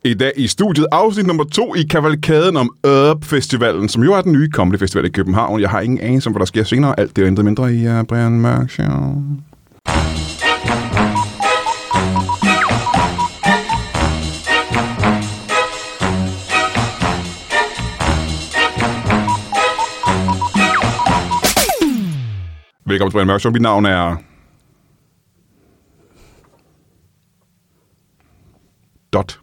I dag i studiet afsnit nummer 2 i kavalkaden om Festivalen, som jo er den nye comedy festival i København. Jeg har ingen anelse om, hvad der sker senere. Alt det er intet mindre i Brian Mørk Show. Velkommen til Brian Mørk Show. Mit navn er... Dot.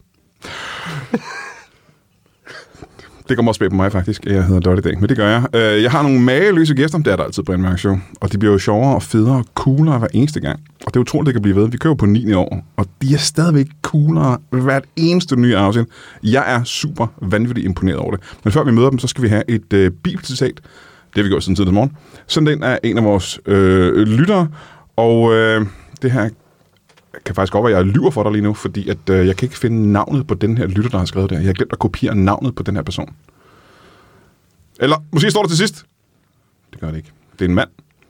Det kommer også bag på mig, faktisk. Jeg hedder Dot i dag, men det gør jeg. Jeg har nogle mageløse gæster, det er der altid på en Mørk Show. Og de bliver jo sjovere og federe og coolere hver eneste gang. Og det er utroligt, det kan blive ved. Vi kører på 9. år, og de er stadigvæk coolere hvert eneste nye afsnit. Jeg er super vanvittigt imponeret over det. Men før vi møder dem, så skal vi have et bibelcitat. Det har vi gjort siden tidlig morgen. Sådan den er en af vores lyttere, og det her kan faktisk godt være, at jeg lyver for dig lige nu, fordi at, jeg kan ikke finde navnet på den her lytter, der har skrevet det her. Jeg har glemt at kopiere navnet på den her person. Eller måske står der til sidst. Det gør det ikke. Det er en mand.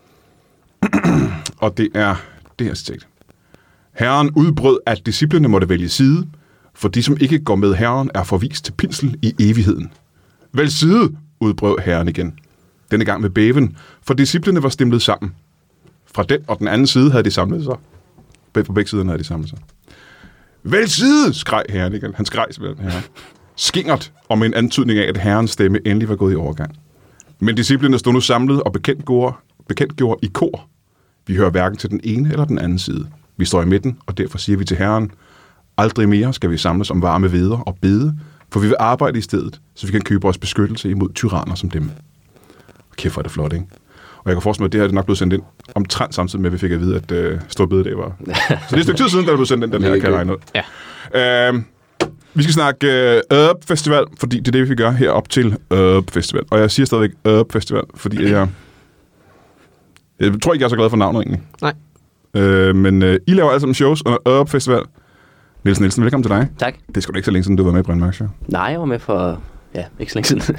Og det er det her citat. Herren udbrød, at disciplene måtte vælge side, for de, som ikke går med Herren, er forvist til pinsel i evigheden. Vælg side, udbrød Herren igen. Denne gang med bæven, for disciplene var stimlet sammen. Fra den og den anden side havde de samlet sig. På begge sider havde de samlet sig. Vælg side, skreg Herren igen. Han skreg simpelthen Herren. Skingert, og med en antydning af, at Herrens stemme endelig var gået i overgang. Men disciplene stod nu samlet og bekendtgjorde i kor. Vi hører hverken til den ene eller den anden side. Vi står i midten, og derfor siger vi til Herren, aldrig mere skal vi samles om varme hveder og bede, for vi vil arbejde i stedet, så vi kan købe os beskyttelse imod tyranner som dem. Kæft, hvor er det flot, ikke? Og jeg kan forestille mig, at det her er nok blevet sendt ind omtrent samtidig med, at vi fik at vide, at Store Bededag var. Så det er et stykke tid siden, der er blevet sendt ind, den her, kan jeg regne ud. Ja. Vi skal snakke Festival, fordi det er det, vi gør her op til Festival. Og jeg siger stadigvæk Festival, fordi jeg tror ikke, jeg er så glad for navnet egentlig. Nej. Men I laver alle sammen shows under Festival. Nielsen, velkommen til dig. Tak. Det skal du ikke så længe siden, du var med i Brian Mørk Show. Nej, jeg var med for... Ja, ikke så længe siden.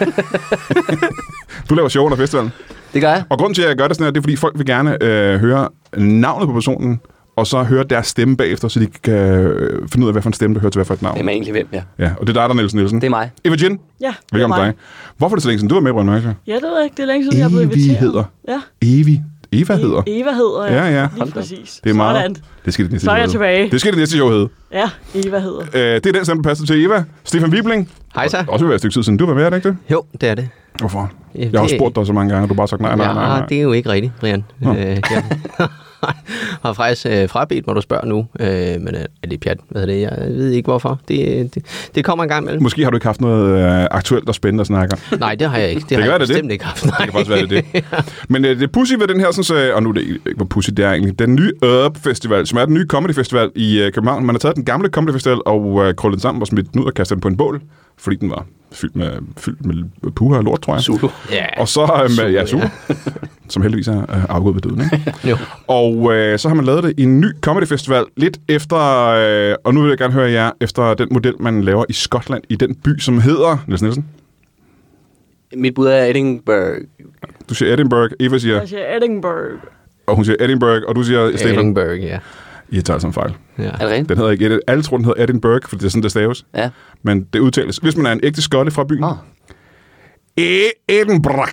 Du laver show under festivalen. Det gør jeg. Og grunden til, at jeg gør det sådan her, det er, fordi folk vil gerne høre navnet på personen, og så høre deres stemme bagefter, så de kan finde ud af, hvad for en stemme, der hører til hvad for et navn. Hvem er egentlig hvem, ja. Ja, og det er dig, der er Nielsen. Det er mig. Eva Jin. Ja, velkommen til dig. Hvorfor er det så længe siden, du var med i Brian Mørk Show? Ja, det ved jeg ikke. Det er længe siden, jeg er blevet inviteret. Hedder. Ja. Eva hedder. Eva hedder, ja. Ja. Lige præcis. Det er meget. Sådan. Det skal det næste så er jeg tilbage. Det skal det næste show hedde. Ja, Eva hedder. Det er den stemme, der passer til Eva. Stefan Wibling. Hej så. Også vil være et stykke tid siden. Du var med, er det ikke det? Jo, det er det. Hvorfor? Jeg har også spurgt dig så mange gange, og du har bare sagt nej. Det er jo ikke rigtigt, Brian. Jeg har faktisk frabedt mig, du spørger nu. Men er det pjat? Hvad er det? Jeg ved ikke, hvorfor. Det kommer en gang imellem. Måske har du ikke haft noget aktuelt og spændende at snakke om. Nej, det har jeg ikke. Det har jeg bestemt ikke haft. Nej. Det kan faktisk være det. Ja. Men det pussy ved den her, sådan, og nu er det ikke, hvor pussy det er egentlig, den nye Festival, som er den nye comedy festival i København. Man har taget den gamle comedy festival og krøllet den sammen og smidt den ud og kastet den på en bål, fordi den var fyldt med puha og lort, tror jeg. Zulu. Yeah. Og så Zulu, som heldigvis er afgået ved døden, ikke? Jo. Og så har man lavet det i en ny comedy festival, lidt efter, og nu vil jeg gerne høre jer, efter den model, man laver i Skotland, i den by, som hedder... Nielsen? Mit bud er Edinburgh. Du siger Edinburgh, Eva siger... Jeg siger Edinburgh. Og hun siger Edinburgh, og du siger Stefan? Edinburgh, ja. I tager altså en fejl. Ja. Er det rigtigt? Den hedder ikke alle tror, den hedder Edinburgh, fordi det er sådan, det staves. Ja. Men det udtales. Hvis man er en ægte skotte fra byen... Edinburgh.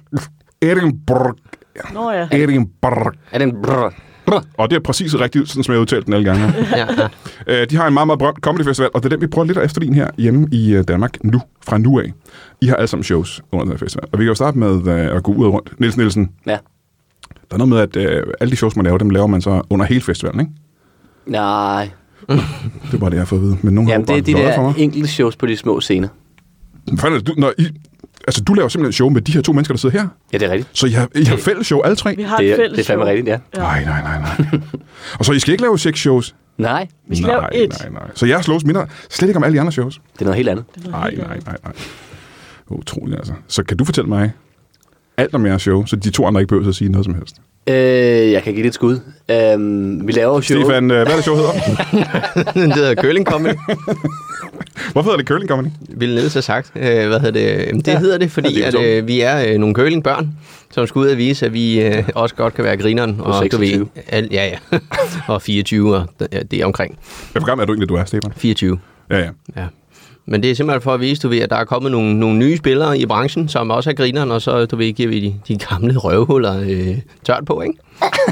Nå ja. Edinburgh. Og det er præcis rigtigt, sådan som jeg udtalte den alle gange. Ja. De har en meget, meget berømt comedy festival, og det er den, vi prøver lidt at efterligne her hjemme i Danmark nu, fra nu af. I har alle sammen shows under den her festival. Og vi kan jo starte med at gå ud og rundt. Nielsen. Ja. Der er noget med, at alle de shows, man laver, dem laver man så under hele festivalen, ikke? Nej. Det er bare det, jeg har fået at vide. Men nogen jamen, det er de der enkelte shows på de små scener. Du laver simpelthen show med de her to mennesker, der sidder her? Ja, det er rigtigt. Så I har fælles show, alle tre? Vi har et fælles show. Det er fandme rigtigt, ja. Nej. Og så I skal ikke lave 6 shows? Nej. Vi skal lave 1. Nej. Så jeres shows minder slet ikke om alle de andre shows? Det er noget helt andet. Nej. Utroligt, altså. Så kan du fortælle mig alt om jeres show, så de to andre ikke behøver at sige noget som helst? Jeg kan give det et skud. Vi laver show... Stefan, hvad er det show hedder? Det hedder Curling Comedy. Hvorfor hedder det Curling Comedy? Ville Niels have sagt. Hvad hedder det? Det hedder det, fordi at, vi er nogle curlingbørn, som skal ud og vise, at vi også godt kan være grineren. Og 26. Ja. Og 24, og det er omkring. Hvad for gammel er du egentlig, du er, Stefan? 24. Ja. Men det er simpelthen for at vise, du ved, at der er kommet nogle nye spillere i branchen, som også er grineren, og så du ved, giver vi de gamle røvhuller tørt på, ikke?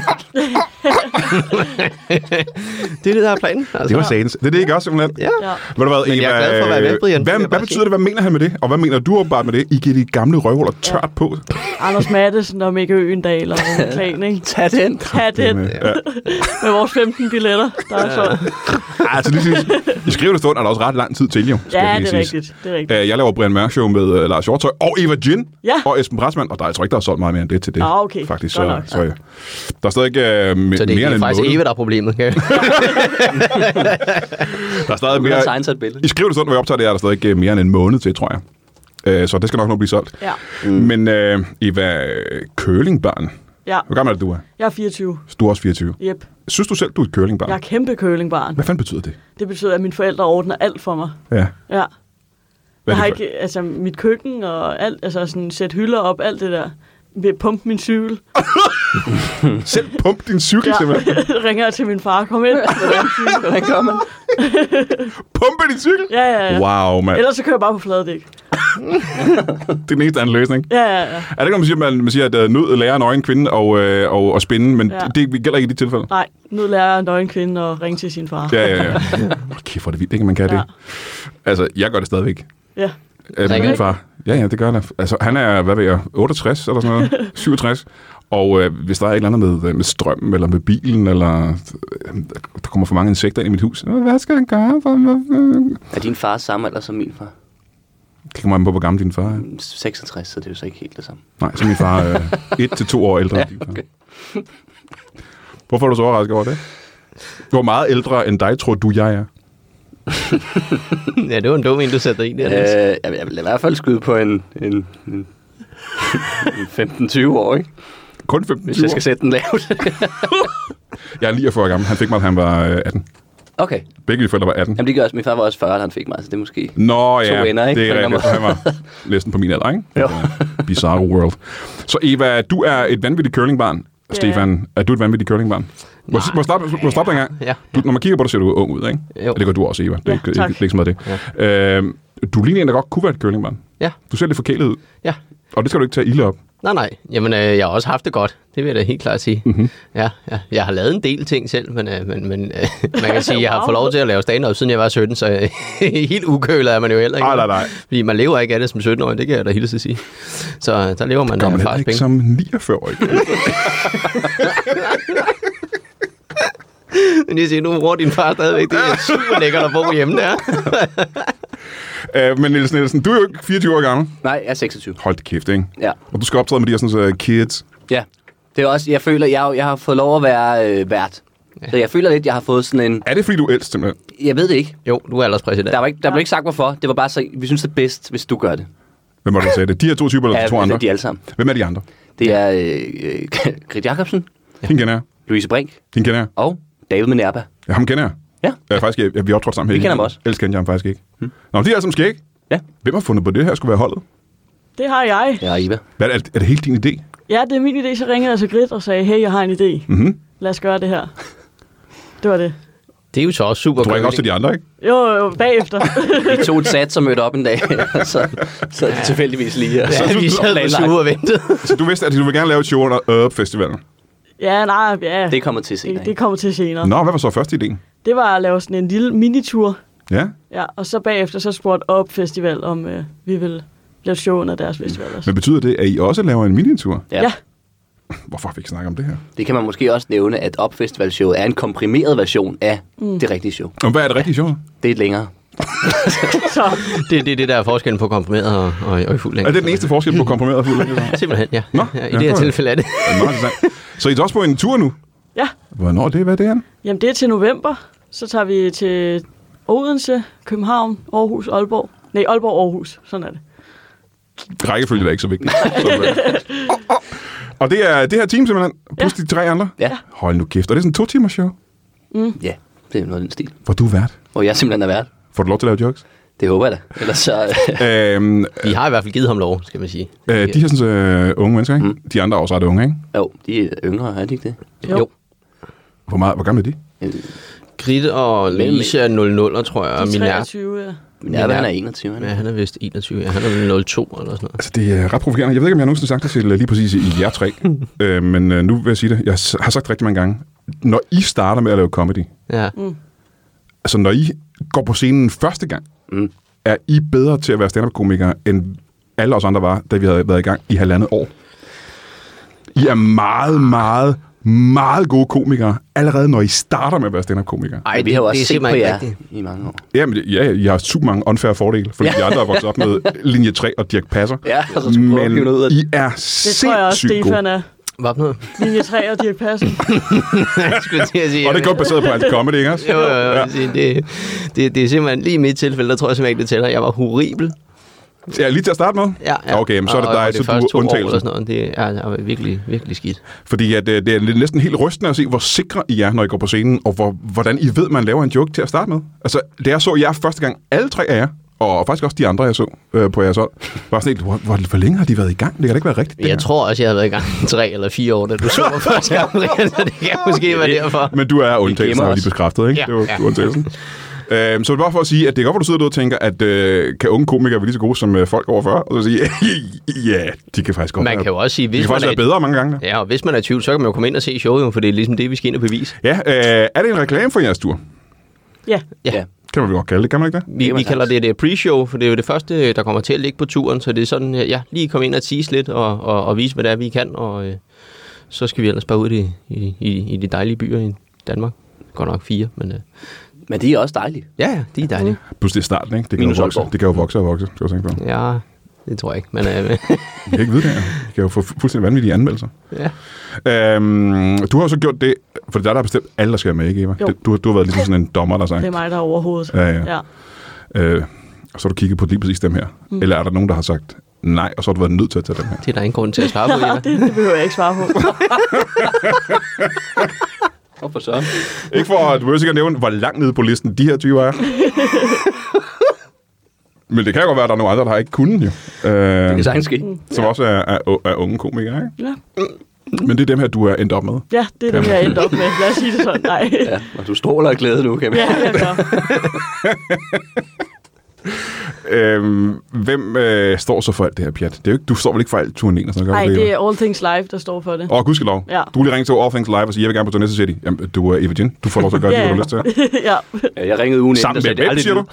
Det er det, der er planen. Altså. Det var sagens. Det er det ikke også, simpelthen? Ja. Ved du hvad, Men jeg er glad for at være med, Brian. Hvad betyder det? Hvad mener han med det? Og hvad mener du åbenbart med det? I giver de gamle røvhuller tørt på? Anders Mattesen og Mikke Øgendal og en plan, ikke? Tag den. Tag den. Ja. Med vores 15 billetter, der er så. Altså, i skrivende stund er der også ret lang tid til, jo. Ja, det er rigtigt. Det er rigtigt. Jeg laver Brian Mørk Show med Lars Hjortøj og Eva Jin og Esben Pressmann, og jeg tror ikke, der er solgt meget mere end det til det. Okay. Faktisk, så der er stadig så det er faktisk Eva, der er problemet. Okay? Der er stadig mere... I skrivende stund, hvor jeg optager det, er der stadig mere end en måned til, tror jeg. Så det skal nok nå blive solgt. Ja. Men Eva, curlingbarn. Ja. Hvor gammel er du? Jeg er 24. Du er også 24. Yep. Synes du selv, du er et curlingbarn? Jeg er kæmpe curlingbarn. Hvad fanden betyder det? Det betyder, at mine forældre ordner alt for mig. Ja. Ja. Hvad Jeg har er det for? ikke, altså mit køkken og alt, altså sådan sæt hylder op, alt det der. Ved pumpe min cykel. Selv pump din cykel, simpelthen. Ringer jeg til min far, kom ind. Hvordan gør man? Pumpe din cykel? Ja. Wow, mand. Ellers så kører jeg bare på fladdæk. Det er den eneste anden løsning. Ja. Er det ikke, når man siger, at nød lærer en øjen kvinde og spænde, men Ja. det gælder ikke i de tilfælde? Nej, nu lærer jeg en nøgen kvinde at ringe til sin far. Ja. Okay, for det vildt, ikke, man kan det. Altså, jeg gør det stadigvæk. Ja. Med min far. Ja, det gør det. Altså, han er, hvad ved jeg, 68 eller sådan noget, 67. Og hvis der er et eller andet med strømmen, eller med bilen, eller der kommer for mange insekter ind i mit hus, hvad skal han gøre? Er din far samme alder som min far? Det kommer an på, hvor gammel din far er. 66, så det er jo så ikke helt det samme. Nej, så min far er 1 til 2 år ældre end din far. Okay. Hvorfor er du så overrasket over det? Hvor meget ældre end dig tror du, jeg er? Ja, det var en dum en, du satte dig i der. Jeg vil i hvert fald skyde på en 15-20 år, ikke? Kun 15-20 Hvis jeg skal år? sætte den lavt. Jeg er 49 år gammel. Han fik mig, da han var 18. Okay. Begge mine forældre var 18. Jamen det gør også. Min far var også 40, da han fik mig, så det er måske... Nå ja, To ender, ikke? det er rigtigt. Han var næsten på min alder, ikke? Jo. Bizarre world. Så Eva, du er et vanvittigt curlingbarn. Ja. Stefan, er du et vanvittigt curlingbarn? Må jeg stoppe dig en gang? Ja. Når man kigger på dig, ser du ung ud, ikke? Jo. Og det gør du også, Eva. Det er Ja, ikke, tak. ikke så meget det. Du ligner en, der godt kunne være et curlingbarn. Ja. Du ser lidt forkælet ud. Ja. Og det skal du ikke tage ilde op. Nej. Jamen, jeg har også haft det godt. Det vil jeg da helt klart sige. Mhm. Ja. Jeg har lavet en del ting selv, men man kan sige, at jeg har fået lov til at lave stand-up, siden jeg var 17, så helt ukølet er man jo heller ikke. Nej. Fordi man lever ikke af det som 17-årig, det kan jeg da hilse at sige. Så der lever man Gør man af heller fars ikke penge. som 49-årig. Men jeg siger, nu bruger din far stadigvæk. Det er super lækkert at bo hjemme der. Men Niels Nielsen, du er jo ikke 24 år gammel. Nej, jeg er 26. Hold det kæft, ikke? Ja. Og du skal optræde med de her sådan, kids. Ja. Det er også, jeg føler, jeg har fået lov at være vært. Så jeg føler lidt, jeg har fået sådan en... Er det, fordi du er ældst, simpelthen? Jeg ved det ikke. Jo, du er alderspræsident. Der blev ikke sagt, hvorfor. Det var bare så, vi synes det er bedst, hvis du gør det. Hvem var det, der sagde det? De her to typer, eller de to andre? de alle sammen. Hvem er de andre? Det er Grit Jacobsen, Hende kender jeg. Louise Brink Hende kender jeg. og David Minerva. Ja, ham kender jeg. Ja. Faktisk, vi optrådte sammen her. Vi kender ham også. Ellers kendte jeg ham faktisk ikke. Nå, de er alle sammen skæg. Ja. Hvem har fundet på det her, skulle være holdet? Det har jeg. Ja, Eva. Hvad, er det helt din idé? Ja, det er min idé. Så ringede jeg til Grit og sagde, hey, jeg har en idé. Mhm. Lad os gøre det her. Det var det. Det er jo så også super Du ringer også til de andre, ikke? Jo, bagefter. Vi tog et sats og mødte op en dag, så er det tilfældigvis lige her. Ja, vi sad på suge og ventede. Så du vidste, at du vil gerne lave et show under Festivalen. Ja, nej, ja. Det kommer til senere. Det kommer til senere. Nå, hvad var så første idéen? Det var at lave sådan en lille minitur. Ja. Ja, og så bagefter så spurgte Op Festival, om vi vil lave show under deres festival også. Men betyder det, at I også laver en minitur? Ja. Hvorfor har vi ikke snakket om det her? Det kan man måske også nævne, at Op Festival-showet er en komprimeret version af det rigtige show. Og hvad er det rigtige show? Det er længere. Så Det er det, der er forskellen på komprimeret og i fuld Er længde. det den eneste forskel på komprimeret og fuld længde? Simpelthen, ja. Nå, Ja, I ja, det her godt. tilfælde er det. Det er meget interessant. Så I er også på en tur nu? ja, Hvornår er det? Hvad er det her? jamen det er til november. Så tager vi til Odense, København, Aarhus, Aalborg. Nej, Aalborg, Aarhus. Sådan er det. Rækkefølge er ikke så vigtigt. Og det er det her team simpelthen, plus de tre andre? Ja. Hold nu kæft. Og det er sådan en 2-timers show, Ja, det er noget af den stil. hvor du er vært. Hvor jeg simpelthen er vært. Får du lov til at lave jokes? Det håber jeg da. Ellers så... Vi har i hvert fald givet ham lov, skal man sige. De her sådan, unge mennesker, ikke? De andre er også ret unge, ikke? jo, de er yngre, er de ikke det? Jo. Hvor gamle er de? Grit og Lise er 00'er, tror jeg, og De er Minert. 23, ja. Ja, han er 21. Ja, han er vist 21. Ja, han er 02 eller sådan noget. Altså, det er ret provokerende. Jeg ved ikke, om jeg nogensinde har sagt det til lige præcis i jer tre. Men nu vil jeg sige det. Jeg har sagt rigtig mange gange. Når I starter med at lave comedy, Ja. altså når I går på scenen første gang, er I bedre til at være stand-up-komikere, end alle os andre var, da vi havde været i gang i 1,5 år. I er meget, meget, meget gode komikere, allerede når I starter med at være stand-up-komikere. Ej, vi har jo også det er set på simpelthen jer rigtigt. i mange år. Jamen, ja, I har super mange unfair fordele, fordi de andre er vokset op med linje 3 og Dirch Passer. Ja, og så skulle Men vi noget ud af I er Det tror jeg også, sindssygt Stefan gode. er. Hvad for noget? Linje 3 og Dirch Passer. Jeg skulle til at sige, Og det er godt baseret på alt comedy, ikke også? Jo. Det er simpelthen lige i mit tilfælde, der tror jeg simpelthen ikke, det tæller. Jeg var horribel. Ja, lige til at starte med? Ja. Okay, men så er det dig, så første du 2 er år undtagelsen. eller sådan noget. Det er virkelig, virkelig skidt. Fordi at, det er næsten helt rystende at se, hvor sikre I er, når I går på scenen, og hvordan I ved, man laver en joke til at starte med. Altså, da jeg så jer første gang, alle 3 af jer, og faktisk også de andre, jeg så på jeres hold, var sådan helt, hvor længe har de været i gang? Det kan da ikke være rigtigt. det Jeg her. tror også, jeg har været i gang i 3 eller 4 år, da du så mig første gang, Brian, så det kan måske være derfor. Men du er undtagelsen, glemmer har os. lige bekræftet, ikke? Ja, Det var ja. du er undtagelsen. Så det er bare for at sige, at det er godt, at du sidder derude og tænker, at kan unge komikere være lige så gode som folk over 40? Og så sige, ja, de kan faktisk godt Man kan jo også sige, de kan hvis man faktisk være er, bedre mange gange. ja, og hvis man er i tvivl, så kan man jo komme ind og se showet, jo, for det er ligesom det, vi skal ind og bevise. Ja, er det en reklame for jeres tur? Ja. Ja. Kan man vel godt kalde det, kan man ikke det? Vi kalder det pre-show, for det er jo det første, der kommer til at ligge på turen, så det er sådan, ja, lige komme ind og tease lidt og vise, hvad det er, vi kan, og så skal vi ellers bare ud i de dejlige byer i Danmark. Godt nok 4, men Men de er også dejlige. ja, de er dejlige. Plus det er starten, ikke? Det kan, Minus jo vokse. Aalborg. Det kan jo vokse og vokse, skal jeg tænke på. Ja, det tror jeg ikke, men Jeg kan ikke vide det her. Jeg kan jo få fuldstændig vanvittige anmeldelser. ja. Du har jo så gjort det, for det er der har bestemt alle, der skal være med, ikke Eva? Jo. Du har været ligesom sådan en dommer, der sagt. Det er mig, der er overhovedet. Ja. Ja. Og så har du kigget på lige præcis dem her. Eller er der nogen, der har sagt nej, og så har du været nødt til at tage dem her? Det er der ingen grund til at svare på, Eva. Det behøver jeg ikke svare på. Hvorfor så? Ikke for, at du vil sikkert nævne, hvor langt nede på listen de her typer er. Men det kan godt være, at der er nogle andre, der har ikke kunnet jo. Det kan sagtens ske. Som også er unge komikere, ikke? Ja. Men det er dem her, du er endt op med. Ja, det er dem, jeg er endt op med. Lad os sige det sådan. Nej. Ja, og du stråler af glæde nu, kan man. Ja, jeg gør. Hvem står så for alt det her pjat? Det er jo ikke, du står vel ikke for alt turnéen og sådan noget? Nej, gør du det er All Things Live, der står for det. gudskelov. Ja. Du vil lige ringe til All Things Live og sige, jeg vil gerne på Turné City. Jamen, du er Eva Jin. Du får lov til at gøre det, du har lyst til. Ja. Ja, jeg ringede ugen Sammen efter, med hvem, siger du?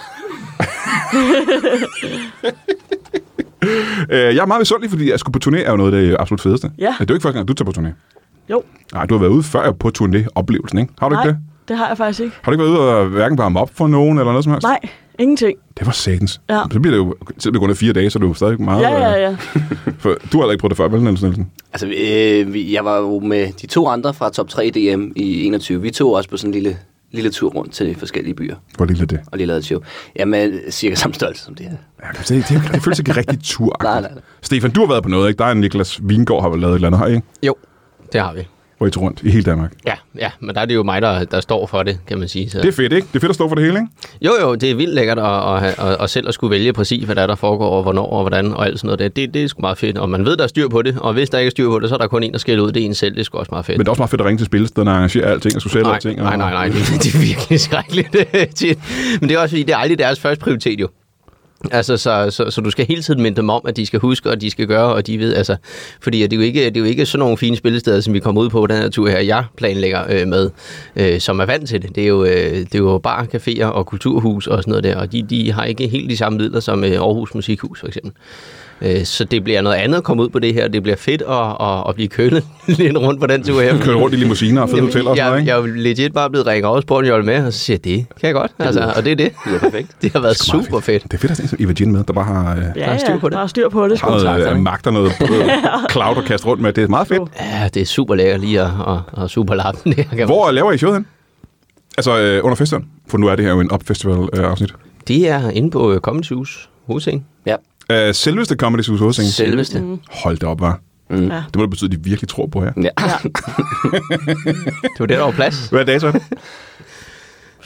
Jeg er meget misundelig, fordi at skulle på turné er jo noget af det absolut fedeste. Ja. Det er jo ikke første gang, du tager på turné. Jo. Nej, du har været ude før på turné-oplevelsen, ikke? Har du Nej, ikke det? det har jeg faktisk ikke. Har du ikke været ude og hverken varme op for nogen eller noget som helst? Nej, ingenting. Det var satans. Ja. Så bliver det jo, selvom det kun er 4 dage, så er det jo stadig meget... Ja. For, du har heller ikke prøvet det før, vel, Niels Nielsen? Altså, jeg var jo med de 2 andre fra top 3 DM i 21. Vi tog også på sådan en lille tur rundt til forskellige byer Hvor lille er det? og lige lavede et show. Jamen, cirka samme størrelse som det her. Ja, det føles ikke rigtig tur. Nej. Stefan, du har været på noget, ikke? Der er Niklas Vingård, har vel lavet et eller andet her, ikke? Jo, det har vi. Hvor I tog rundt i hele Danmark. Ja, men der er det jo mig, der står for det, kan man sige. Så. Det er fedt, ikke? Det er fedt at stå for det hele, ikke? Jo, det er vildt lækkert at selv at skulle vælge præcis, hvad der foregår, og hvornår og hvordan, og alt sådan noget. Det er sgu meget fedt, og man ved, der er styr på det, og hvis der ikke er styr på det, så er der kun en, der skælder ud. Det er en selv, det er sgu også meget fedt. Men det er også meget fedt at ringe til spilstederne og arrangere alting og skulle sælge alting. Nej, det er virkelig skrækkeligt tit. Men det er også fordi, det er aldrig deres første prioritet jo. Altså, så du skal hele tiden minde dem om, at de skal huske, og de skal gøre, og de ved, altså, fordi det er jo ikke sådan nogle fine spillesteder, som vi kommer ud på den her tur her, jeg planlægger med, som er vant til det. Det er jo bar, caféer og kulturhus og sådan noget der, og de har ikke helt de samme midler som Aarhus Musikhus for eksempel. Så det bliver noget andet at komme ud på det her. Det bliver fedt at blive kølet lidt rundt på den tur her. Kører rundt i limousiner og fede hoteller og sådan noget, ikke? Jeg er jo legit bare blevet ringet over og spurgt, om jeg vil med, og så siger jeg, det kan jeg godt. Altså, og det er det. Det er perfekt. Det har været super fedt. Det er fedt at se Eva Jin med, der bare har... Ja, Der er styr på det. der er styr på det. har noget magt og noget cloud at kaste rundt med. Det er meget fedt. Ja, det er super lækkert lige at super lappen. Hvor laver I showet hen? Altså under festivalen? For nu er det her jo en op-festival-afsnit. Det er inde på Comedy Hus hovedscene. Ja. Selveste Comedy Hus Hovedscene. Selveste. Hold det op, var. Ja. Det må da betyde, at de virkelig tror på her. Ja. Det var det, der var plads. Hvad er datoen?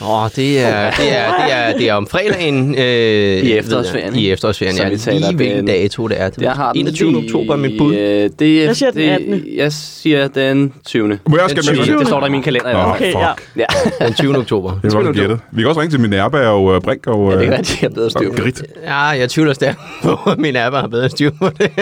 Det er om fredagen. I efterårsferien. I efterårsferien, Så ja. vi taler Lige hvilken dato det er. Det Jeg har 21. oktober med bud. Jeg siger den 18. Jeg siger den 20. Må jeg også gætte med? Det står der i min kalender i hvert fald. Okay, ja. Ja. Den 20. oktober. Jeg vil også gætte. Vi kan også ringe til Minerva og Brink og... Ja, det kan være, at de har bedre styr på det. Grit. Ja, jeg tvivler stærkt på, at min app har bedre styr på det.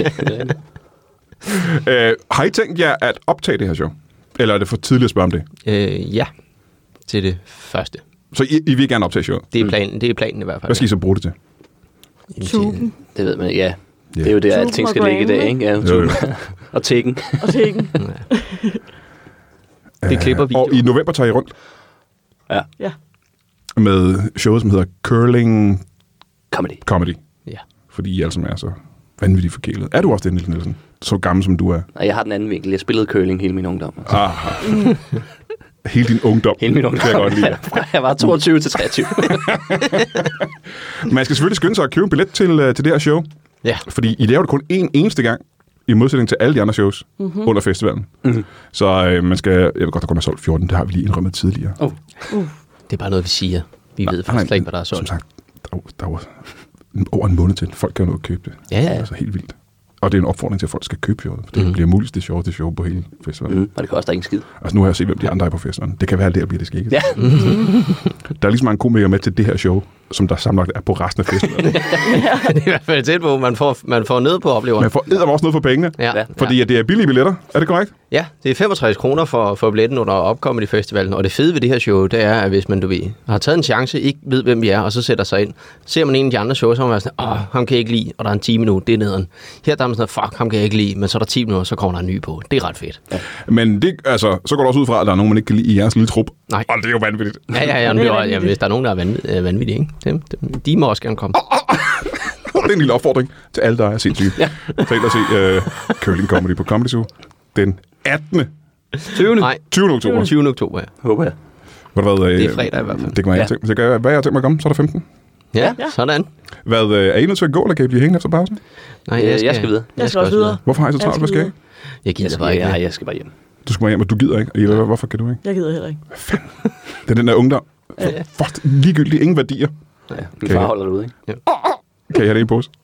Har I tænkt jer at optage det her show? Eller er det for tidligt at spørge om det? Ja, til det første. Så I vil gerne optage showet? Det er planen, det er planen i hvert fald. Hvad skal I så bruge det til? Tuben Det ved man, ja. Det er jo der, alting skal ligge i dag, ikke? Ja, og tækken. og tækken. Det klipper vi. Og i november tager I rundt Ja. med showet, som hedder Curling Comedy. Ja. Fordi I alle sammen er så vanvittigt forkælet. Er du også det, Niels Nielsen? Så gammel som du er. Og jeg har den anden vinkel. Jeg spillede curling hele min ungdom. Altså. Hele din ungdom. Hele min ungdom. Kan jeg godt lide. Jeg var 22 til 23. Man skal selvfølgelig skynde sig at købe en billet til det her show. Ja. Fordi I laver det kun en eneste gang, i modsætning til alle de andre shows under festivalen. Så man skal... Jeg ved godt, der kun er solgt 14. Det har vi lige indrømmet tidligere. Det er bare noget, vi siger. Vi ved faktisk ikke, hvad der er solgt. Som sagt, der var over en måned til. Folk kan jo nå at købe det. Ja. Det er altså helt vildt. Og det er en opfordring til, at folk skal købe showet. For det bliver muligst det sjoveste show på hele festivalen. Og det koster ingen skid. Altså nu har jeg set, hvem de andre er på festivalen. Det kan være, at det bliver det skægget. Ja. Der er lige så mange komikere med til det her show, som der sammenlagt er på resten af festivalen. Det er i hvert fald tæt på, man får ned på opleveren. Man får eddermame også noget for pengene. Ja. Fordi at det er billige billetter. Er det korrekt? Ja, det er 65 kroner for billetten under opkommet i festivalen. Og det fede ved det her show, det er, at hvis man, har taget en chance, ikke ved, hvem vi er, og så sætter sig ind, ser man en af de andre shows, så man sådan, ham kan jeg ikke lide, og der er en 10 minutter, det er nederen. Her der er man sådan, fuck, ham kan jeg ikke lide, men så er der 10 minutter, så kommer der en ny på. Det er ret fedt. Ja. Men det, altså, så går det også ud fra, at der er nogen, man ikke kan lide i jeres lille trup. Nej. Og det er jo vanvittigt. Ja, hvis der er nogen, der er vanvittige, ikke? De må også gerne komme. Det er en lille opfordring til alle, der er sindssyge. Ja. Tag ind og se Curling Comedy på Comedy Zoo den 18. 20. oktober. 20. oktober, ja. Håber jeg. Det er fredag i hvert fald. Det kan være, hvad jeg har tænkt mig at komme, så er der 15. Ja, sådan. Er I nødt til at gå, eller kan I blive hængende efter pausen? Nej, Jeg skal videre. Jeg skal også videre. Hvorfor har I så travlt? Hvad skal I? Jeg gider bare ikke. Jeg skal bare hjem. Du skal bare hjem, men du gider ikke. Hvorfor kan du ikke? Jeg gider heller ikke. Det er den der ungdom. Fuck, ligegyldigt. Ingen værdier. Ja, min far holder det ude, ikke? Kan I have det i en pose?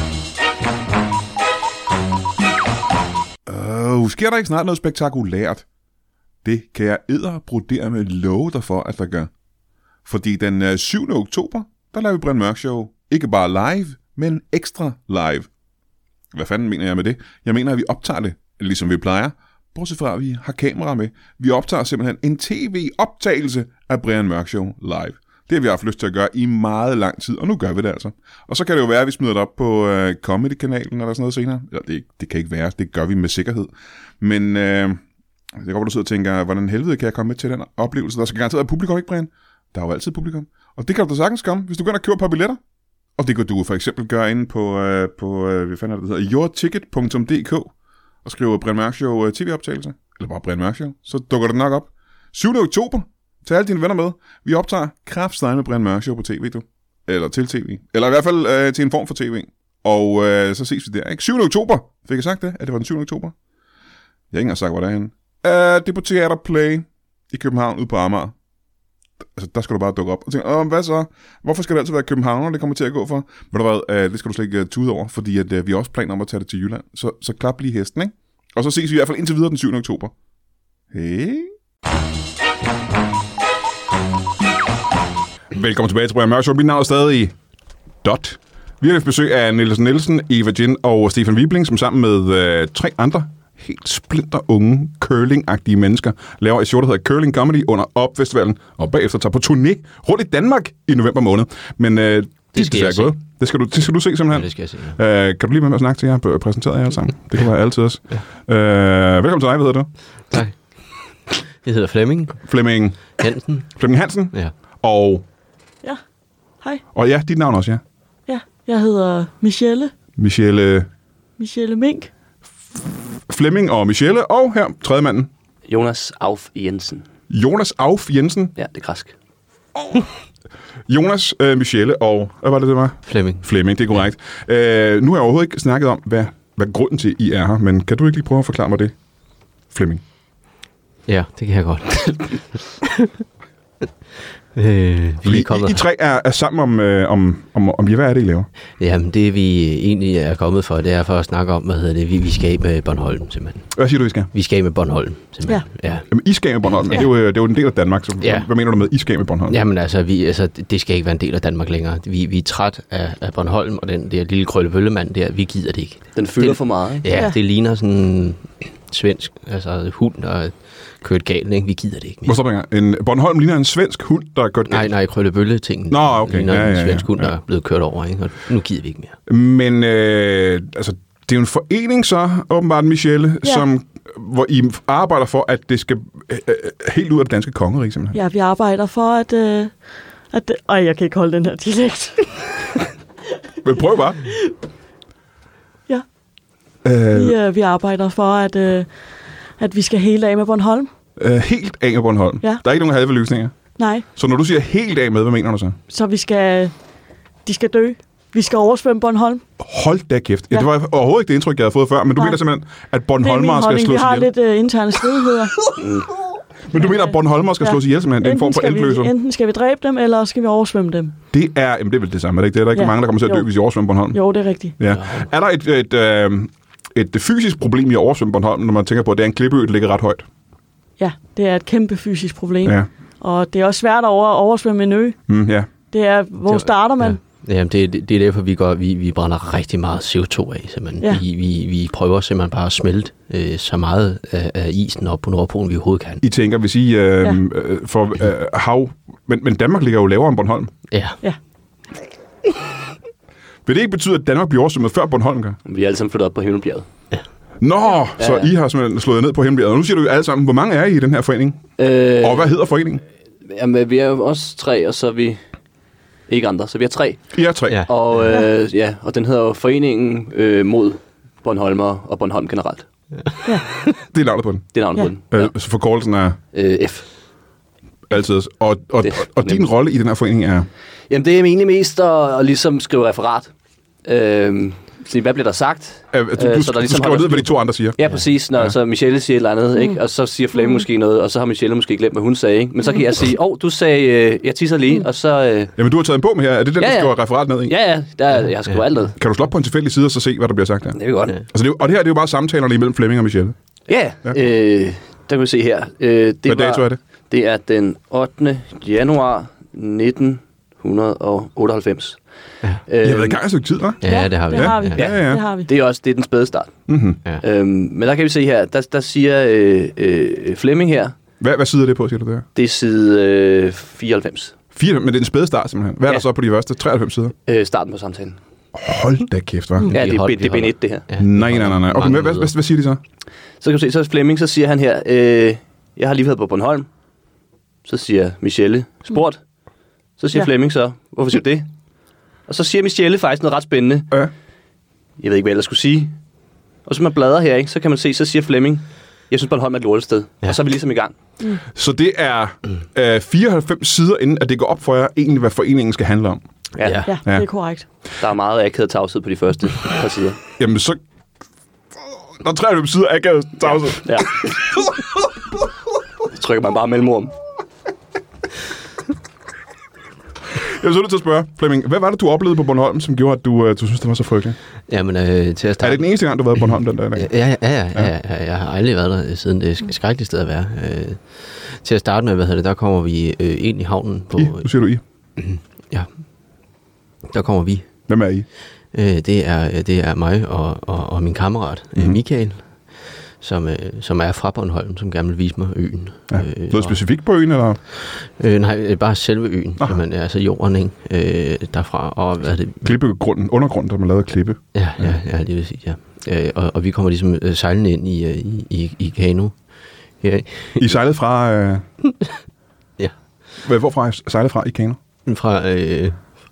Sker der ikke snart noget spektakulært? Det kan jeg edderbrodere med love dig for, at der gør. Fordi den 7. oktober, der laver vi Brian Mørk Show. Ikke bare live, men ekstra live. Hvad fanden mener jeg med det? Jeg mener, at vi optager det, ligesom vi plejer. Bortset fra, at vi har kamera med. Vi optager simpelthen en tv-optagelse af Brian Mørk Show live. Det har vi haft lyst til at gøre i meget lang tid, og nu gør vi det altså. Og så kan det jo være, at vi smider det op på Comedy-kanalen eller sådan noget senere. Ja, det kan ikke være, det gør vi med sikkerhed. Men det kan godt, du sidder og tænker, hvordan helvede kan jeg komme med til den oplevelse? Der skal garanteret være publikum, ikke Brian? Der er jo altid publikum. Og det kan du da sagtens komme, hvis du går ind og køber et par billetter. Og det kan du for eksempel gøre inde på hvad fanden er det hedder, yourticket.dk og skrive Brian Mørk Show tv-optagelse. Eller bare Brian Mørk Show. Så dukker det nok op. 7. oktober. Tag alle dine venner med. Vi optager kraftstejl med Brian Mørk Show på tv, du. Eller til tv. Eller i hvert fald til en form for tv. Og så ses vi der, ikke? 7. oktober. Fik jeg sagt det? At det var den 7. oktober? Jeg har ikke engang sagt, hvor det er henne. Det er på Theater Play i København, ude på Amager. Altså, der skal du bare dukke op og tænke, hvad så? Hvorfor skal det altid være København, når det kommer til at gå for? Ved du hvad, det skal du slet ikke tude over, fordi at, vi har også planer om at tage det til Jylland. Så klap lige hesten, ikke? Og så ses vi i hvert fald indtil videre den 7. oktober. Hey. Velkommen tilbage til Brian Mørk Show. Mit navn er stadig Dot. Vi har haft besøg af Niels Nielsen, Eva Jin og Stefan Wibling, som sammen med 3 andre helt splinter unge, curling-agtige mennesker laver et show, der hedder Curling Comedy under Op-festivalen, og bagefter tager på turné rundt i Danmark i november måned. Men det skal jeg se. Det skal du se simpelthen. Ja, det skal jeg se, Kan du lige være med at snakke til jer og præsentere jer alle sammen? Det kan være altid også. Ja. Velkommen til dig, hvad hedder du? Tak. Jeg hedder Flemming. Flemming Hansen. Flemming Hansen. Ja. Og... Ja, hej. Og ja, dit navn også, ja. Ja, jeg hedder Michelle. Michelle Mink. Flemming og Michelle, og her, tredje manden. Jonas Auf Jensen. Jonas Auf Jensen. Ja, det er græsk. Jonas, Michelle og... Hvad var det var? Flemming, det er korrekt. Nu har jeg overhovedet ikke snakket om, hvad grunden til, I er her, men kan du ikke lige prøve at forklare mig det, Flemming? Ja, det kan jeg godt. Fordi I tre er sammen om hvad er det, I laver? Jamen, det vi egentlig er kommet for, det er for at snakke om, vi skal af med Bornholm, simpelthen. Hvad siger du, I skal? Vi skal af med Bornholm, simpelthen. Ja. Jamen, I skal af med Bornholm, det er jo en del af Danmark, så hvad mener du med, I skal af med Bornholm? Jamen, det skal ikke være en del af Danmark længere. Vi er træt af Bornholm, og den der lille krøllebøllemand der, vi gider det ikke. Den fylder for meget, ikke? Ja, det ligner sådan en svensk, hund, der kørt galt, ikke? Vi gider det ikke mere. Hvor står Bornholm ligner en svensk hund, der er kørt galt? Nej, krøllebølle-tingen. Nå, okay. Ligner en svensk hund, der er blevet kørt over, ikke? Og nu gider vi ikke mere. Men det er jo en forening så, åbenbart, Michelle, hvor I arbejder for, at det skal helt ud af det danske kongerige, simpelthen. Ja, vi arbejder for, at jeg kan ikke holde den her dialekt. Men prøv bare. Ja. Vi arbejder for, at vi skal helt af med Bornholm. Helt af med Bornholm? Ja. Der er ikke nogen halve løsninger? Nej. Så når du siger helt af med, hvad mener du så? Så de skal dø. Vi skal oversvømme Bornholm. Hold da kæft. Ja, det var overhovedet ikke det indtryk, jeg havde fået før, men du mener simpelthen, at Bornholmere skal slås ihjel? Vi har lidt interne stridigheder. Men du mener, at Bornholmer skal slås ihjel simpelthen? Det er en form for elfløser? Enten skal vi dræbe dem, eller skal vi oversvømme dem. Det er vel det samme, er det ikke? Det er der ikke mange, der kommer til at dø, hvis I oversvømmer Bornholm? Jo, det er rigtigt. Ja. Er der et fysisk problem i at oversvømme Bornholm, når man tænker på, at det er en klippeø, der ligger ret højt? Ja, det er et kæmpe fysisk problem. Ja. Og det er også svært at oversvømme en ø. Ja. Det er, hvor starter man? Ja. Jamen, det er derfor, vi brænder rigtig meget CO2 af, simpelthen. Ja. Vi prøver simpelthen bare at smelte så meget af isen op på Nordpolen, vi overhovedet kan. I tænker, hvis I får hav... Men Danmark ligger jo lavere end Bornholm. Ja. Vil det ikke betyde, at Danmark bliver oversvømmet før Bornholm gør? Vi er alle sammen flyttet op på Himmelbjerget. Ja. Nå, så I har simpelthen slået ned på Himmelbjerget. Og nu siger du jo alle sammen, hvor mange er I i den her forening? Og hvad hedder foreningen? Jamen, vi er jo også 3, og så er vi ikke andre, så vi er 3. I er 3? Ja. Og den hedder jo Foreningen mod Bornholmer og Bornholm generelt. Ja. Det er navnet på den? Det er navnet på den. Så forkortelsen er? F. Altid. Og din rolle i den her forening er? Jamen, det er egentlig mest at ligesom skrive referat. Hvad bliver der sagt? Du skriver ned, hvad de 2 andre siger? Ja, præcis. Når så Michelle siger et eller andet, ikke? Og så siger Flemming måske noget, og så har Michelle måske glemt, hvad hun sagde. Ikke? Men så kan jeg sige, du sagde, jeg tisser lige, og så... Jamen, du har taget en bog med her. Er det den, du skriver referat ned i? Ja, jeg skriver alt ned. Kan du slå op på en tilfældig side og så se, hvad der bliver sagt her? Det er godt. Altså, og det her det er jo bare samtalerne imellem Flemming og Michelle? Ja. Der kan vi se her. Hvad dato er det? Det er den 8. januar 1998. Ja. I har været i gang et stykke tid, hva'? Ja, det har vi. Det har vi. Ja. Det har vi. Det er den spæde start. Mm-hmm. Ja. Men der kan vi se her, der siger Flemming her. Hvad side er det på, siger du der? Det er side 94. 94, men det er en spæde start simpelthen. Hvad er der så på de første 93 sider? Starten på samtalen. Hold da kæft, hva'? Ja, det er bind 1, det her. Ja. Nej. Okay, hvad siger de så? Så kan du se, så Flemming, så siger han her, jeg har lige været på Bornholm. Så siger Michelle, spurgt. Så siger Flemming så, hvorfor siger du det? Og så siger Michelle faktisk noget ret spændende. Ja. Jeg ved ikke, hvad jeg skulle sige. Og så man bladrer her, ikke, så kan man se, så siger Flemming, jeg synes, Bornholm er et lortested. Ja. Og så er vi ligesom i gang. Så det er 94 sider, inden at det går op for jer, egentlig, hvad foreningen skal handle om. Ja, det er korrekt. Der er meget akavet tavshed på de første par sider. Jamen så... Der er 93 sider akavet tavshed. Ja. Så trykker man bare mellemrum. Jeg er så nødt til at spørge, Flemming, hvad var det, du oplevede på Bornholm, som gjorde, at du synes, det var så frygteligt? Jamen, til at starte... Er det den eneste gang, du har været på Bornholm den dag? Ja. Jeg har aldrig været der, siden det er et skrækkeligt sted at være. Til at starte med, der kommer vi ind i havnen på... Nu siger du I? Ja. Der kommer vi. Hvem er I? Det er mig og min kammerat, Michael, som er fra Bornholm, som gerne vil vise mig øen. Ja. Noget specifikt på øen, eller? Nej, bare selve øen, altså jorden, ikke? Derfra. Og hvad er det? Klippegrunden, undergrunden, der man lavede klippe. Ja, det vil sige, ja. Og vi kommer ligesom sejlende ind i kano. Ja. I sejlede fra... Ja. Hvorfra er I sejlet fra i kano?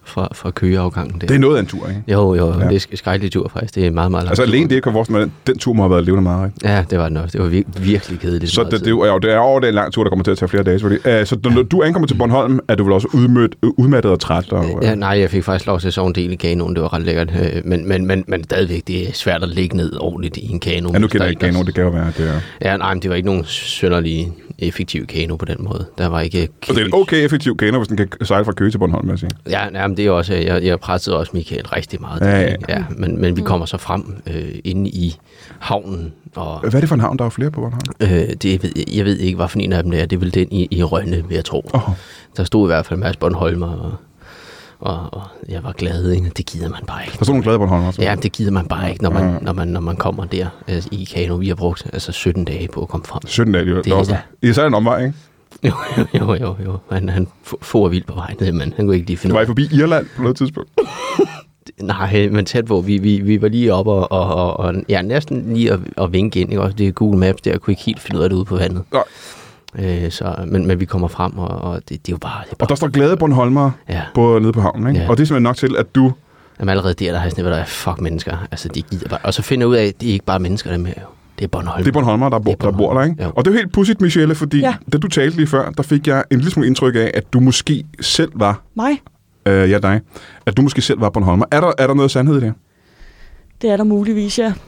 fra Køgeafgangen. Det er noget af en tur, ikke? Jo, det er skrækkelig tur faktisk. Det er meget, meget langt. Altså alene det kan forestille mig, den tur må have været levende meget, ikke? Ja, det var det også. Det var virkelig kedeligt. Så det er over det en lang tur, der kommer til at tage flere dage. Så når du ankommer til Bornholm, er du vel også udmattet og træt? Ja, nej, jeg fik faktisk lov til at sove en del i kanoen. Det var ret lækkert. Men stadigvæk, det er svært at ligge ned ordentligt i en kano. Ja, nu kender jeg ikke kano, det kan jo være. Det er... Ja, nej, men det var ikke nogen synderlig effektiv kano på den måde. Der var ikke... Og det er en okay effektiv kano, hvis den kan sejle fra Køge til Bornholm, vil jeg sige. Ja, men det er også... Jeg pressede også Michael rigtig meget. Ja. Men vi kommer så frem inde i havnen. Og, hvad er det for en havn, der er flere på Bornholm? Jeg ved ikke, hvad for en af dem det er. Det er vel den i Rønne, vil jeg tro. Der stod i hvert fald en masse Bornholmer, og jeg var glad, ikke? Det gider man bare ikke. Der stod nogle glade Bornholmer også? Ja, det gider man bare ikke, når man kommer der i kano. Vi har brugt 17 dage på at komme frem. 17 dage, det er også. I så er en omvej, ikke? Jo. Han for vildt på vej ned, men han kunne ikke lige finde ud. Du var forbi Irland på noget tidspunkt? Nej, men tæt på. Vi var lige oppe og næsten lige at vinke ind. Ikke? Også det er Google Maps, der kunne ikke helt finde ud af det ude på vandet. Nej. Men vi kommer frem, og det er jo bare... Og der står glade Bornholmere nede på havnen, ikke? Ja. Og det er simpelthen nok til, at du... Jamen allerede der har jeg sådan, fuck mennesker. Altså, de gider bare... Og så finder jeg ud af, at det er ikke bare mennesker, dem her. Det er Bornholmere. Det er Bornholmere, der bor der, ikke? Ja. Og det er jo helt pudsigt, Michelle, fordi da du talte lige før, der fik jeg en lille smule indtryk af, at du måske selv var... Mig? Ja, dig. At du måske selv var Bornholmer. Er der noget sandhed i det? Det er der muligvis, ja.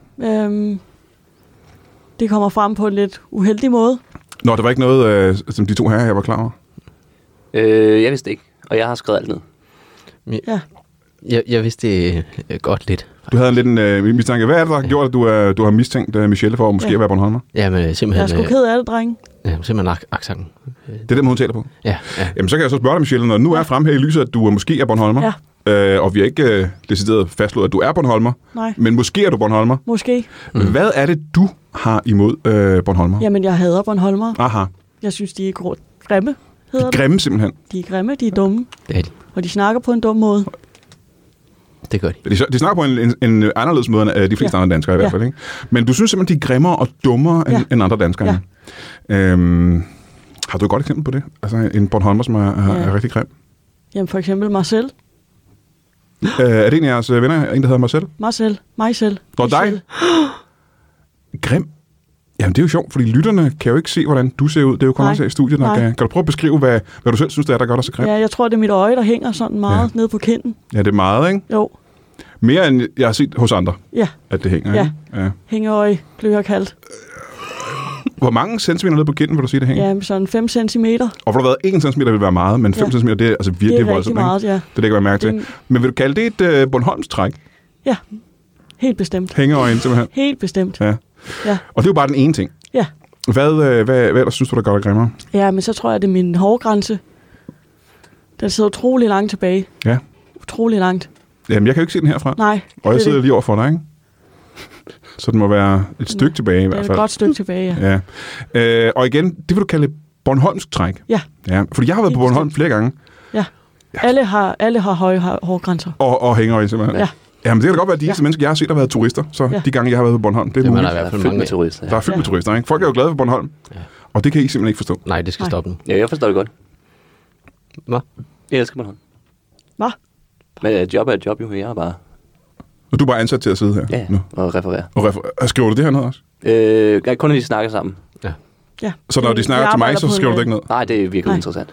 Det kommer frem på en lidt uheldig måde. Nå, der var ikke noget, som de to her, jeg var klar over? Jeg vidste ikke, og jeg har skrevet alt ned. Ja. Jeg vidste det godt lidt. Du havde en lidt mistanke. Hvad er det, der har gjort, at du har mistænkt Michelle for at måske at være Bornholmer? Jamen, simpelthen... Jeg er sgu ked af det, drenge. Ja, simpelthen accenten. Det er den, hun taler på? Ja. Jamen, så kan jeg så spørge dig, Michelle, når nu er frem her i lyset, at du måske er Bornholmer. Ja. Og vi har ikke decideret fastslået, at du er Bornholmer. Nej. Men måske er du Bornholmer. Måske. Hvad er det, du har imod Bornholmer? Jamen, jeg hader Bornholmer. Aha. Jeg synes, de er grimme, hedder det. Grimme, simpelthen? De er grimme, de er dumme. Det er de. Og de snakker på en dum måde. Det gør de. De snakker på en anderledes måde end de fleste andre danskere i hvert fald, ikke? Men du synes simpelthen, de er grimmere og dummere end andre danskere? Ja. Har du et godt eksempel på det? Altså en Bornholmer, som er rigtig grim? Jamen for eksempel Marcel. Er det en af jeres venner, en der hedder Marcel? Marcel. Nå, dig? Grim? Jamen det er jo sjovt, fordi lytterne kan jo ikke se, hvordan du ser ud. Det er jo kun også i studiet. Kan du prøve at beskrive, hvad du selv synes, der gør dig så grim? Ja, jeg tror, det er mit øje, der hænger sådan meget nede på kinden. Ja, det er meget, ikke? Jo. Mere end jeg har set hos andre, at det hænger, ikke? Ja. Hængeøje, bliver kaldt. Hvor mange centimeter nede på kinden, vil du sige, det hænger? Ja, sådan 5 centimeter. Og for der været 1 centimeter vil være meget, men 5 centimeter, det er altså virkelig voldsomt. Det er meget, ja. Det er det, jeg kan være mærke til. Men vil du kalde det et Bornholmstræk? Ja, helt bestemt. Hængeøjen, simpelthen? Helt bestemt. Ja. Og det er jo bare den ene ting. Ja. Hvad synes du, der gør dig grimmere? Ja, men så tror jeg, det er min hårgrænse. Den sidder utrolig langt tilbage. Ja. Utrolig langt. Jamen, jeg kan jo ikke se den herfra. Nej. Og jeg sidder lige over for dig, ikke? Så den må være et stykke tilbage i hvert fald. Det er et godt stykke tilbage, ja. Og igen, det vil du kalde Bornholmsk træk? Ja. Fordi jeg har været på Bornholm flere gange. Ja. Alle har høje hårgrænser. Og hænger i simpelthen. Ja. Jamen, det kan da godt være, at de eneste mennesker, jeg har set, har været turister. Så de gange, jeg har været på Bornholm, det er muligt. Der er i hvert fald mange turister. Der er fyldt med turister, ikke? Folk er jo glade for Bornholm. Ja. Og det kan I simpelthen ikke forstå. Nej, det skal stoppe nu. Ja, jeg forstår det godt. Hvad? Jeg elsker Bornholm. Hvad? Men et job er et job, jo. Jeg er bare... Og du er bare ansat til at sidde her nu? Og referere. Skriver du det her ned også? Kun når de snakker sammen. Ja. Så når de snakker til mig, så skriver du det ikke ned? Nej, det er virkelig interessant.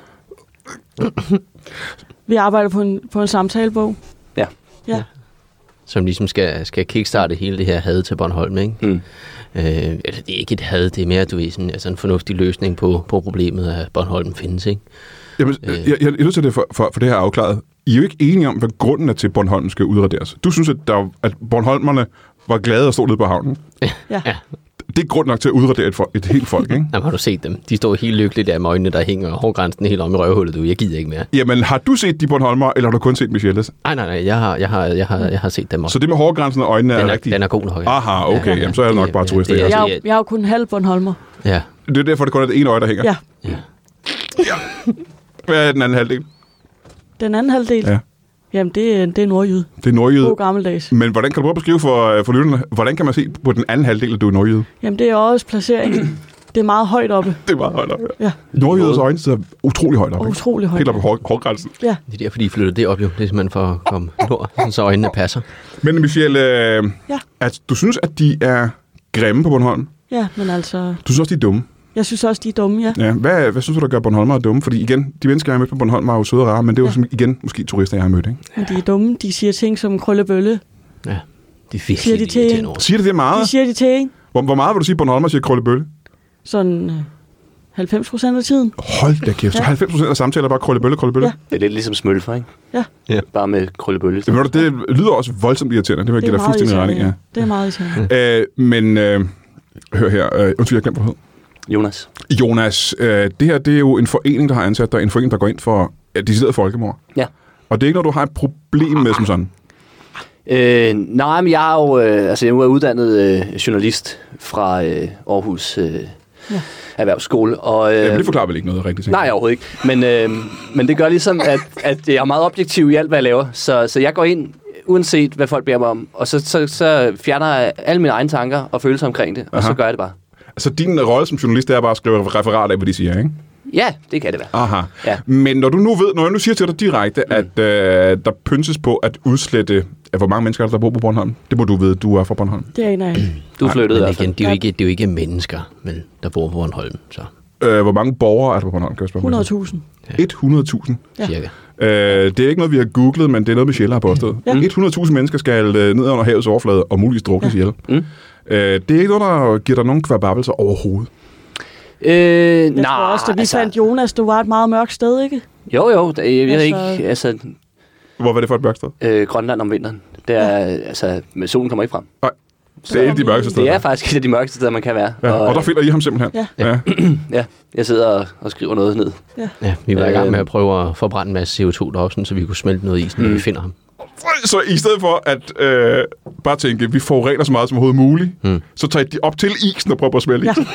Vi arbejder på en samtalebog. Ja. Som ligesom skal kickstarte hele det her had til Bornholm, ikke? Eller det er ikke et had, det er mere, du ved, sådan, altså en fornuftig løsning på problemet, at Bornholm findes, ikke? Jamen, jeg er nødt til det for det her afklaret. I er jo ikke enige om, hvad grunden er til, at Bornholm skal udraderes. Du synes, at Bornholmerne var glade at stå nede på havnen? Ja. Det er grund nok til at udradere et helt folk, ikke? Jamen, har du set dem? De står helt lykkeligt der med øjnene, der hænger hårgrænsen helt om i røvhullet. Jeg gider ikke mere. Jamen, har du set de Bornholmer, eller har du kun set Michelles? Nej. Jeg har set dem også. Så det med hårgrænsen og øjnene er rigtigt? Den er god nok. Ja. Aha, okay. Jamen, så er det nok bare turister. Jeg er jo kun en halv Bornholmer. Ja. Det er derfor, det kun er det ene øje, der hænger? Ja. Hvad er den anden halvdel? Den anden halvdel? Ja. Jamen, det er nordjyde. Det er nordjyde. God gammeldags. Men hvordan kan du prøve at beskrive for lytterne, hvordan kan man se på den anden halvdel, at du er nordjyde? Jamen, det er også placeringen. Det er meget højt oppe. Det er meget højt op, ja. Ja. Nordjyders øjne sidder utrolig højt op. Og Ikke? utrolig højt. Helt op på hårgrænsen. Ja. Det er derfor, de flytter det op jo. Det er simpelthen for at komme nord, så øjnene passer. Men Michelle, Ja. at du synes, at de er grimme på Bornholm? Ja, men altså... Du synes også, de er dumme? Jeg synes også, de er dumme, ja. Ja. Hvad synes du, der gør Bornholmere dumme? Fordi igen, de mennesker, jeg har mødt på Bornholm, er jo søde og rare, men det er jo som, igen måske turister, jeg har mødt, ikke? Men de er dumme. De siger ting som krøllebølle. Ja, det er Siger de virkelig til irriterende en? ord. Siger det meget? De siger de til en. Hvor meget vil du sige, Bornholmer siger krøllebølle? Sådan 90% af tiden. Hold da kæft, så 90% af samtaler er bare krøllebølle. Ja. Det er lidt ligesom smølfer, ikke? Ja. Ja. Bare med krøllebølle. Det, det lyder også voldsomt irriterende, det vil jeg Det give er dig meget fuldstændig ret i. irriterende. Ja. Det er meget irriterende. Hør her, undskyld, jeg glemte, hvad du Jonas. hed. Jonas, det her det er jo en forening, der har ansat dig, en forening, der går ind for decideret folkemord. Ja. Og det er ikke noget, du har et problem med som sådan? Nej, men jeg er jo jeg er uddannet journalist fra Aarhus Erhvervsskole. Og, Jamen, det forklarer vel ikke noget rigtigt? nej, overhovedet ikke. Men det gør ligesom, at jeg er meget objektiv i alt, hvad jeg laver. Så jeg går ind, uanset hvad folk beder mig om, og så fjerner jeg alle mine egne tanker og følelser omkring det, og så gør jeg det bare. Altså, din rolle som journalist, det er bare at skrive referat af, hvad de siger, ikke? Ja, det kan det være. Aha. Ja. Men når jeg nu siger til dig direkte, at der pynses på at udslette, hvor mange mennesker der bor på Bornholm, det må du vide, du er fra Bornholm. Det aner jeg ikke. Du flyttede i Men hvert fald. igen, det er jo ikke mennesker, vel, der bor på Bornholm, så Hvor mange borgere er der på Bornholm, kan jeg spørge? 100.000. 100.000. Ja. cirka. Det er ikke noget, vi har googlet, men det er noget, Michelle har påstået. Ja. 100.000 mennesker skal ned under havets overflade og muligvis druknes ihjel. Mm. Det er ikke noget, der giver dig nogen kvababelser overhovedet. Jeg tror også, da vi fandt Jonas, det var et meget mørkt sted, ikke? Jo, jeg ved ikke, Hvor var det for et mørkt sted? Grønland om vinteren. Det er, men solen kommer ikke frem. Nej, det er et af de mørkeste steder. Det er faktisk et af de mørkeste steder, man kan være. Ja, og der finder I ham simpelthen. Ja. Ja, jeg sidder og skriver noget ned. Ja, vi var i gang med at prøve at forbrænde en masse CO2 deroppe, sådan, så vi kunne smelte noget is, når vi finder ham. Så i stedet for at bare tænke, vi forurener så meget som overhovedet muligt, så tager de op til isen og prøver at smelte isen.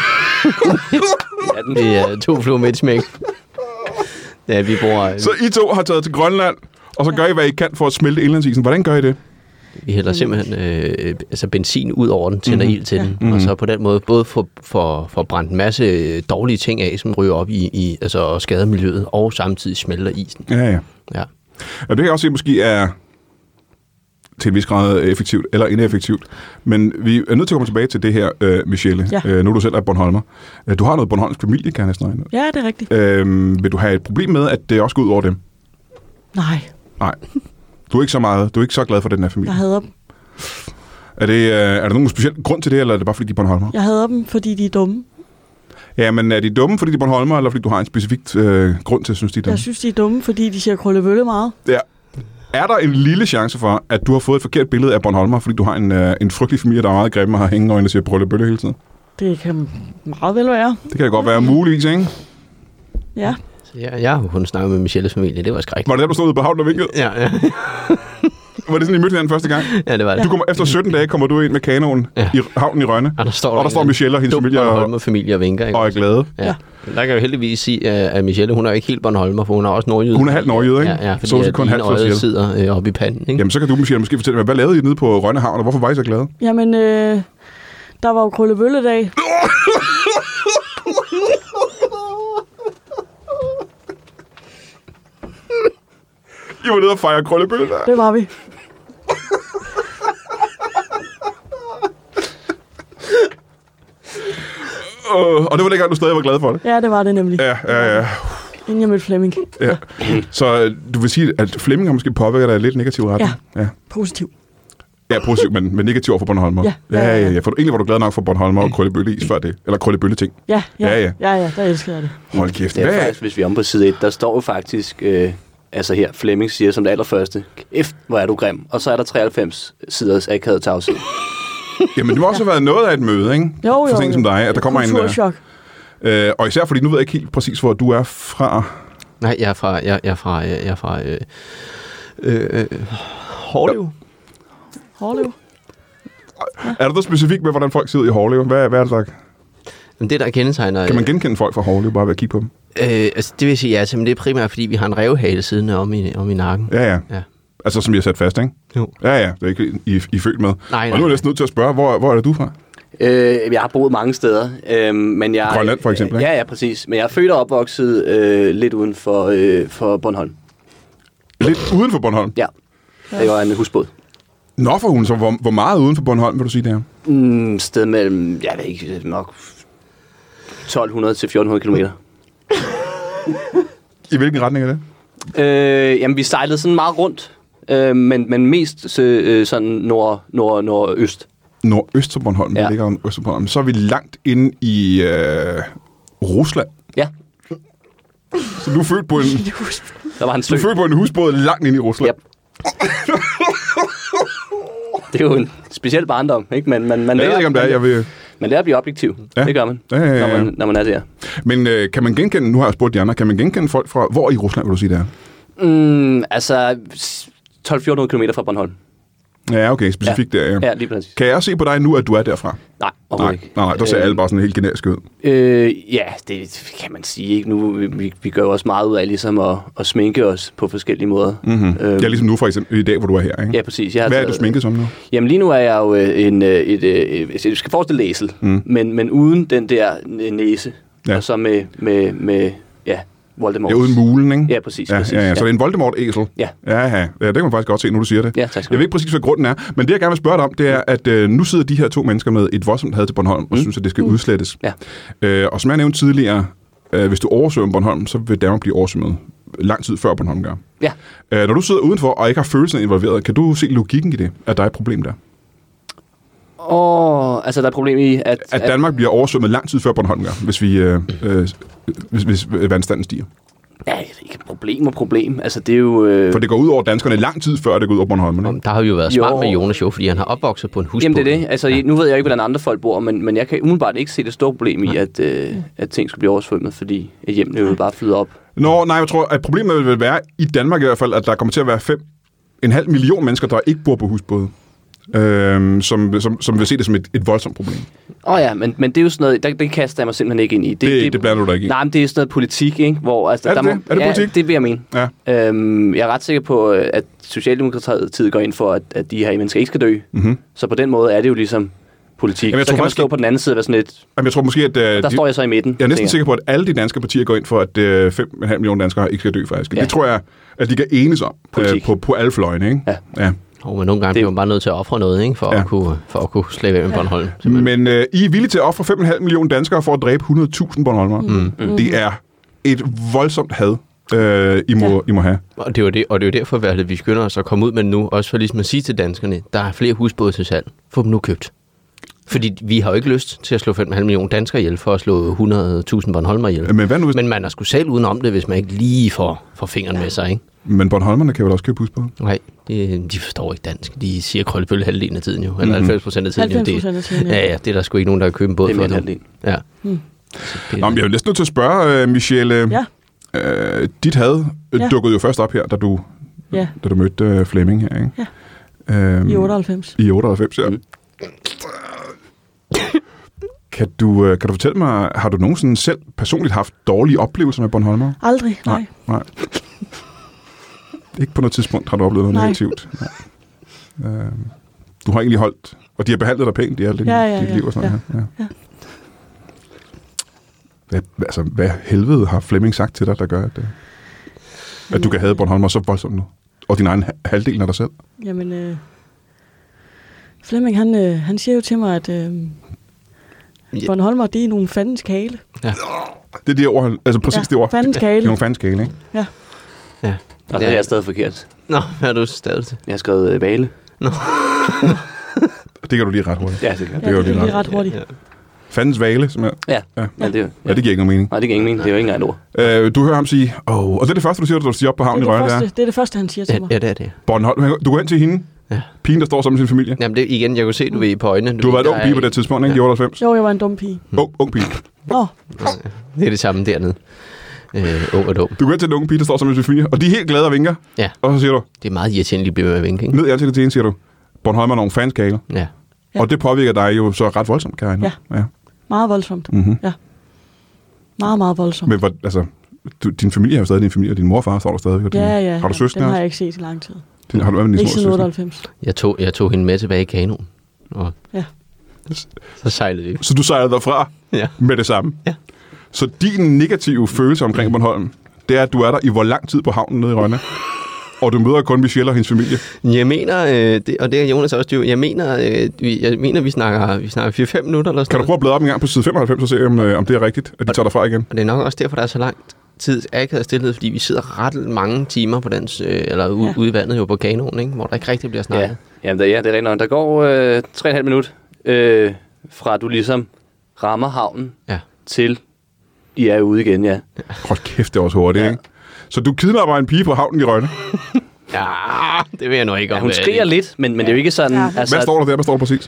Det er 2 fluer med et smæk. Ja, vi bor... Så I to har taget til Grønland, og så gør I, hvad I kan for at smelte indlandsisen. Hvordan gør I det? Vi hælder simpelthen benzin ud over den, tænder ild til den, og så på den måde både får brændt en masse dårlige ting af, som ryger op i og skader miljøet, og samtidig smelter isen. Ja. Ja. Og det kan jeg også se, måske er til en vis grad effektivt eller ineffektivt. Men vi er nødt til at komme tilbage til det her, Michelle. Ja. Nu er du selv er Bornholmer. Du har noget bornholmsk familie, kan jeg næsten regne ud. Ja, det er rigtigt. Vil du have et problem med, at det også går ud over dem? Nej, Nej. Du er ikke så glad for den her familie. jeg hader dem. Er der nogen speciel grund til det, eller er det bare fordi, de er Bornholmer? Jeg hader dem, fordi de er dumme. Ja, men er de dumme, fordi de er Bornholmer, eller fordi du har en specifik grund til at synes, de er dumme? Jeg synes, de er dumme, fordi de siger krøllebølle meget. Ja. Er der en lille chance for, at du har fået et forkert billede af Bornholmer, fordi du har en frygtelig familie, der er meget grimme og har hængende og siger brøllebølle hele tiden? Det kan meget vel være. Det kan godt være muligvis, ikke? Ja. Så jeg har jo kun snakket med Michelles familie, det var skrækkeligt. Var det der, du stod ude på havnen og vinkede? Ja. Var det sådan, I mødte hinanden første gang? Ja, det var det. Du kommer, efter 17 dage kommer du ind med kanonen i havnen i Rønne, Og der står Michelle og hendes familie Bornholmer familie og vinker, ikke? og er glade. Ja. Der kan jeg jo heldigvis sige, at Michelle, hun er jo ikke helt Bornholmer, for hun er også nordjyde. Hun er halvt nordjyde, ikke? Ja, fordi Så hun skal kun halvt for at sige øjet det. sidder oppe i panden, ikke? Jamen, så kan du, Michelle, måske fortælle mig, hvad lavede I nede på Rønne Havn, og hvorfor var I så glade? Jamen, der var jo krøllebølledag. I var nede og fejre krøllebølle der. Det var vi. Og det var dengang, du stadig var glad for det. Ja, det var det nemlig. Ja. Inden jeg mødte Flemming. Ja. Så du vil sige, at Flemming har måske påvirket dig i lidt negativ retning? Ja. Positiv. Ja, positivt, men negativ over for Bornholmer. Ja. For egentlig var du glad nok for Bornholmer og krøllebølleis før det. Eller krøllebølleting. Ja, Ja. der elsker jeg det. Hold kæft. Det er faktisk, hvis vi er om på side 1, der står jo faktisk, her, Flemming siger som det allerførste, kæft, hvor er du grim. Og så er der 93 siders akavet tavshed. Jamen, det må også have været noget af et møde, ikke? Jo. For sådan en som dig, at der kommer en... Kulturschok. Og især fordi, nu ved jeg ikke helt præcis, hvor du er fra... Nej, jeg er fra Hårlev. Hårlev. Er der noget specifikt med, hvordan folk sidder i Hårlev? Hvad er det sagt? Men det, der kendetegner... Kan man genkende folk fra Hårlev bare ved at kigge på dem? Det vil sige, ja, men det er primært, fordi vi har en revhale siddende om i nakken. Ja. Ja. Altså, som I har sat fast, ikke? Jo. Ja. Det er ikke I er født med. Nej. Og nu er jeg næsten nødt til at spørge, hvor er det du fra? Jeg har boet mange steder, men jeg... Grønland for eksempel, ikke? Ja, præcis. Men jeg er født og opvokset lidt uden for Bornholm. Lidt uden for Bornholm? Ja, det var en husbåd. Nå for hun, så hvor meget uden for Bornholm, vil du sige det her? Sted mellem, jeg ved ikke, nok 1200 til 1400 kilometer. I hvilken retning er det? Jamen, vi sejlede sådan meget rundt, men mest sådan nordøst. Nordøst for Bornholm, Ja. ligger øst for Bornholm. Så er vi langt inde i Rusland. Ja, Så du er født på en, der var en sø. husbåd langt inde i Rusland. Yep. Det er jo en speciel barndom, ikke? Men man Jeg ved ikke, om det er. Jeg vil... Man lærer at blive objektiv. Ja. Det gør man, Ja. når man er der. Men kan man genkende, nu har jeg spurgt de andre, kan man genkende folk fra, hvor i Rusland vil du sige det er? Altså 1200-1400 kilometer fra Bornholm. Ja, okay, specifikt der, ja. Ja, lige præcis. Kan jeg se på dig nu, at du er derfra? Nej, overhovedet ikke. Nej, der ser alle bare sådan helt generisk ud. Ja, det kan man sige. Ikke? Nu, vi gør jo også meget ud af ligesom at sminke os på forskellige måder. Mm-hmm. Det er ligesom nu for eksempel i dag, hvor du er her, ikke? Ja, præcis. Hvad er du sminket som nu? Jamen lige nu er jeg jo du skal forestille læsel, men uden den der næse, Ja. og så med Voldemort. Ja, uden mulen, ikke? Ja, præcis. Ja, præcis. ja, ja. Så det er en Voldemort-æsel? Ja. Ja, det kan man faktisk godt se, nu du siger det. Ja, tak skal Jeg du ved ikke præcis, hvad grunden er, men det, jeg gerne vil spørge dig om, det er, at nu sidder de her to mennesker med et voldsomt had til Bornholm, og synes, at det skal udslettes. Ja. Og som jeg nævnte tidligere, hvis du oversvømmer Bornholm, så vil Danmark blive oversvømmet lang tid før Bornholm gør. Ja. Når du sidder udenfor og ikke har følelsen involveret, kan du se logikken i det, at der er et problem der? Altså der er et problem i, At Danmark bliver oversvømmet lang tid før Bornholm gør, hvis vandstanden stiger. Ja, det er ikke et problem. Altså det er jo... For det går ud over danskerne lang tid før det går ud over Bornholm, ikke? Der har jo været smart med Jonas jo, fordi han har opvokset på en husbåd. Jamen det er det. Altså nu ved jeg ikke, hvordan andre folk bor, men jeg kan umiddelbart ikke se det store problem i, at ting skal blive oversvømmet, fordi hjemmene jo bare flyder op. Nej, jeg tror, at problemet vil være i Danmark i hvert fald, at der kommer til at være 5,5 millioner mennesker, der ikke bor på husbåde. Som vil se det som et voldsomt problem. Ja, men det er jo sådan noget, det kaster jeg mig simpelthen ikke ind i. Det blander du dig ikke i? Nej, men det er sådan noget politik, ikke? Hvor, altså, Er det politik? Det vil jeg mene. Ja. Jeg er ret sikker på, at Socialdemokratiet går ind for, at de her mennesker ikke skal dø. Mm-hmm. Så på den måde er det jo ligesom politik. Jamen, så kan man stå på den anden side og være sådan lidt... Jamen, jeg tror måske, at... Der står jeg så i midten. Jeg er næsten sikker på, at alle de danske partier går ind for, at 5,5 millioner danskere ikke skal dø, faktisk. Ja. Det tror jeg, at de kan enes om på alle fløjene, ikke? Ja. Men nogle gange bliver man bare nødt til at ofre noget, ikke? For at kunne slæbe af med Bornholm. Men I er villige til at ofre 5,5 millioner danskere for at dræbe 100.000 bornholmere. Det er et voldsomt had, I må have. Og det er jo derfor, at vi skynder os at komme ud med nu, også for ligesom at sige til danskerne, der er flere husbåde til salg. Få dem nu købt. Fordi vi har jo ikke lyst til at slå 5,5 millioner danskere ihjel for at slå 100.000 bornholmere ihjel. Men man er sgu selv udenom det, hvis man ikke lige får fingeren med sig, ikke? Men bornholmerne kan vel også købe husbåde? Nej, de forstår ikke dansk. De siger krøllebølle halvdelen af tiden jo. Eller 90% af tiden jo. 90% af tiden, ja. Ja, det er der sgu ikke nogen, der kan købe en båd Det er for. mere halvdelen. Ja. Nå, men jeg er næsten nødt til at spørge, Michelle. Ja. Dit had dukkede jo først op her, da du mødte Flemming her, ikke? Ja. I 98. I 98, ja. Kan du fortælle mig, har du nogensinde selv personligt haft dårlige oplevelser med Bornholmer? Aldrig, nej. Ikke på noget tidspunkt har du oplevet noget negativt. Nej. Du har egentlig holdt, og de har behandlet dig pænt i alt dit liv og sådan noget. Ja. Hvad helvede har Flemming sagt til dig, der gør, at du kan have Bornholmer så voldsomt nu? Og din egen halvdel af dig selv? Jamen, Flemming, han siger jo til mig, at Bornholmer, det er nogle fandens kale. Ja. Det er det ord, altså præcis det ord. Fandens kale. Det er nogle fandens kale, ikke? Ja. Ja. Og det er jeg stadig forkert. Nå, hvad er du stadig til? Jeg har skrevet vale. Nå. Det kan du lige ret hurtigt. Ja, det kan Det er lige ret hurtigt. Fandens vale, som er... Ja, det giver ikke nogen mening. Nej, det giver ingen mening. Det er jo ikke engang et ord. Du hører ham sige, og det er det første, du siger, da du siger op på havnen i Rønne, det er det første, han siger til mig. Ja, det er det. Bornholm, du går hen til hende, pigen, der står sammen med sin familie. Jamen, det igen, jeg kunne se, du er på øjnene. Du har været ung pige på det tidspunkt, ikke? I 98. Jo, jeg var en dum pige. Ung pige. Det er det samme dernede. Ung og dum. Du går hen til den unge pige, der står sammen med sin familie, og de er helt glade og vinker. Ja. Og så siger du... Det er meget irriterende, at blive med at vinke, ikke? Ned i ansigtet til hende, siger du, Bornholm er nogle fanskale. Ja. Og det påvirker dig jo så ret voldsomt, kan jeg regne. Ja. Meget voldsomt. Mm-hmm. Ja. Meget, meget voldsomt. Men din familie er jo stadig din familie, og din mor og far står der stadig. Ja. Har du søskende? Den har jeg ikke set i lang tid. Har du været med din ikke små siden søskende? 98. Jeg tog hende med tilbage i kanoen. Og Så sejlede vi. Så du sejlede derfra med det samme? Ja. Så din negative følelse omkring Bornholm, det er, at du er der i hvor lang tid på havnen nede i Rønne? Og du møder kun Michelle og hendes familie? Jeg mener, og det er Jonas også, jeg mener, vi snakker 4-5 minutter eller sådan. Kan du prøve at bladre op en gang på side 95 og se, om det er rigtigt, at de tager derfra igen? Og det er nok også derfor, der er så langt tid akavet stillhed, fordi vi sidder ret mange timer på den, ude i vandet jo på kanonen, ikke? Hvor der ikke rigtig bliver snakket. Ja. Jamen, det er rigtig nok. Der går 3,5 minut fra du ligesom rammer havnen til I er ude igen, ja. Hold kæft, det er også hurtigt, ikke? Så du kidnapper en pige på havnen i Rønne? Ja, det vil jeg nu ikke om. Hun skriger lidt, men det er jo ikke sådan... Ja. Altså, Hvad står der der? Hvad står der præcis?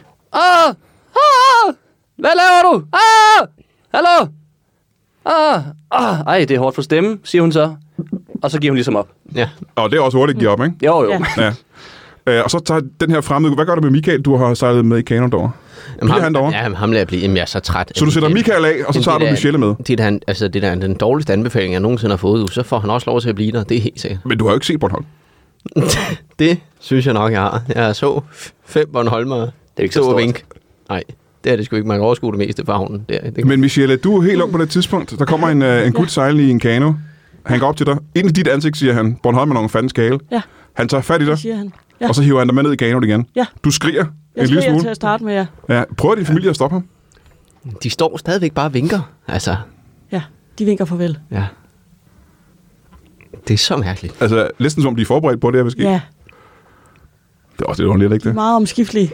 Hvad laver du? Hallo? Ej, det er hårdt for stemme, siger hun så. Og så giver hun ligesom op. Ja. Og det er også hurtigt at give op, ikke? Jo. Ja. Og så tager den her fremmede... Hvad gør du med Michael, du har sejlet med i kanonen derovre? Bliver han derovre? Ja, ham lader jeg blive. Jamen, jeg er så træt. Så du sætter Michael af, og så tager du Michelle med? Det er den dårligste anbefaling, jeg nogensinde har fået. Så får han også lov til at blive der, det er helt sikkert. Men du har jo ikke set Bornholm. Det synes jeg nok, jeg har. Jeg så 5 Bornholmere. Det er ikke så stort. Vink. Nej, det er det sgu ikke. Man kan overskue det meste for havnen. Men Michelle, du er helt ung på det tidspunkt. Der kommer en gut sejlende i en kano. Han går op til dig. Ind i dit ansigt, siger han. Bornholm er nogen fanden skale. Ja. Han tager fat i dig. Det siger han. Ja. Og så hiver han dig med ned i kanoen igen. Ja. Du skriger Jeg skriger til at starte med, ja. Ja. Prøver din familie at stoppe ham? De står stadigvæk bare og vinker. Altså. Ja, de vinker farvel. Ja. Det er så mærkeligt. Altså, næsten som de er forberedt på det her, vil ske. Ja. Det er også lidt underligt, ikke det? Meget omskiftelige.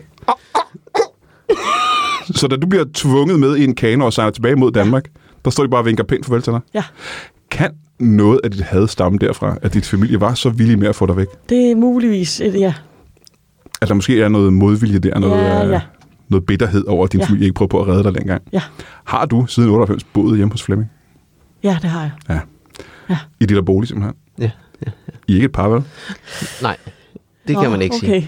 Så da du bliver tvunget med i en kano og sejler tilbage mod Danmark, der står de bare og vinker pænt farvel til dig? Ja. Kan noget af dit had stamme derfra, at dit familie var så villig med at få dig væk? Det er muligvis ja. At der måske er noget modvilje der, noget bitterhed over, at din familie ikke prøver på at redde dig dengang. Ja. Har du siden 98 boet hjemme hos Flemming? Ja, det har jeg. Ja. I det der bolig simpelthen? Ja. I er ikke et par, vel? Nej, det kan man ikke sige.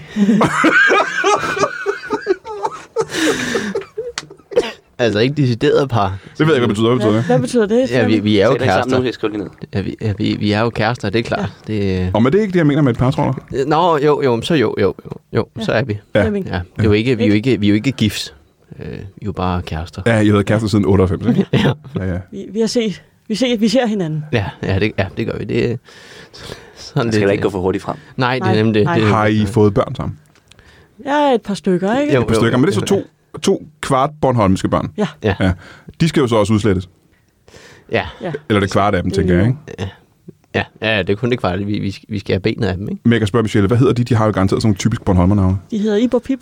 Altså ikke decideret par. Det ved jeg ikke, hvad betyder. Hvad betyder det? Ja, vi er jo kærester. Nu skal jeg ned. Vi er jo kærester, det er klart. Ja. Det... Og men det er ikke det, jeg mener med et par, tror jeg? Nå, jo, så er vi. Ja. Ja. Det er jo ikke, vi er jo ikke gift. Vi er jo bare kærester. Ja, I har været kærester siden 98, ikke? Ja. Vi har set. Vi ser hinanden. Ja, det gør vi. Det sådan skal da ikke gå for hurtigt frem. Nej, det er nemlig det. Har I fået børn sammen? Ja, et par stykker, ikke? Jo, et par stykker, men det er så to kvart bornholmske børn. Ja. De skal jo så også udslettes. Ja. Eller det kvart af dem, tænker jeg, ikke? Ja, det er kun det kvart. Vi skal have benet af dem, ikke? Men jeg kan spørge Michelle, hvad hedder de? De har jo garanteret sådan nogle typisk Bornholmer-navne. De hedder Ib og Pip.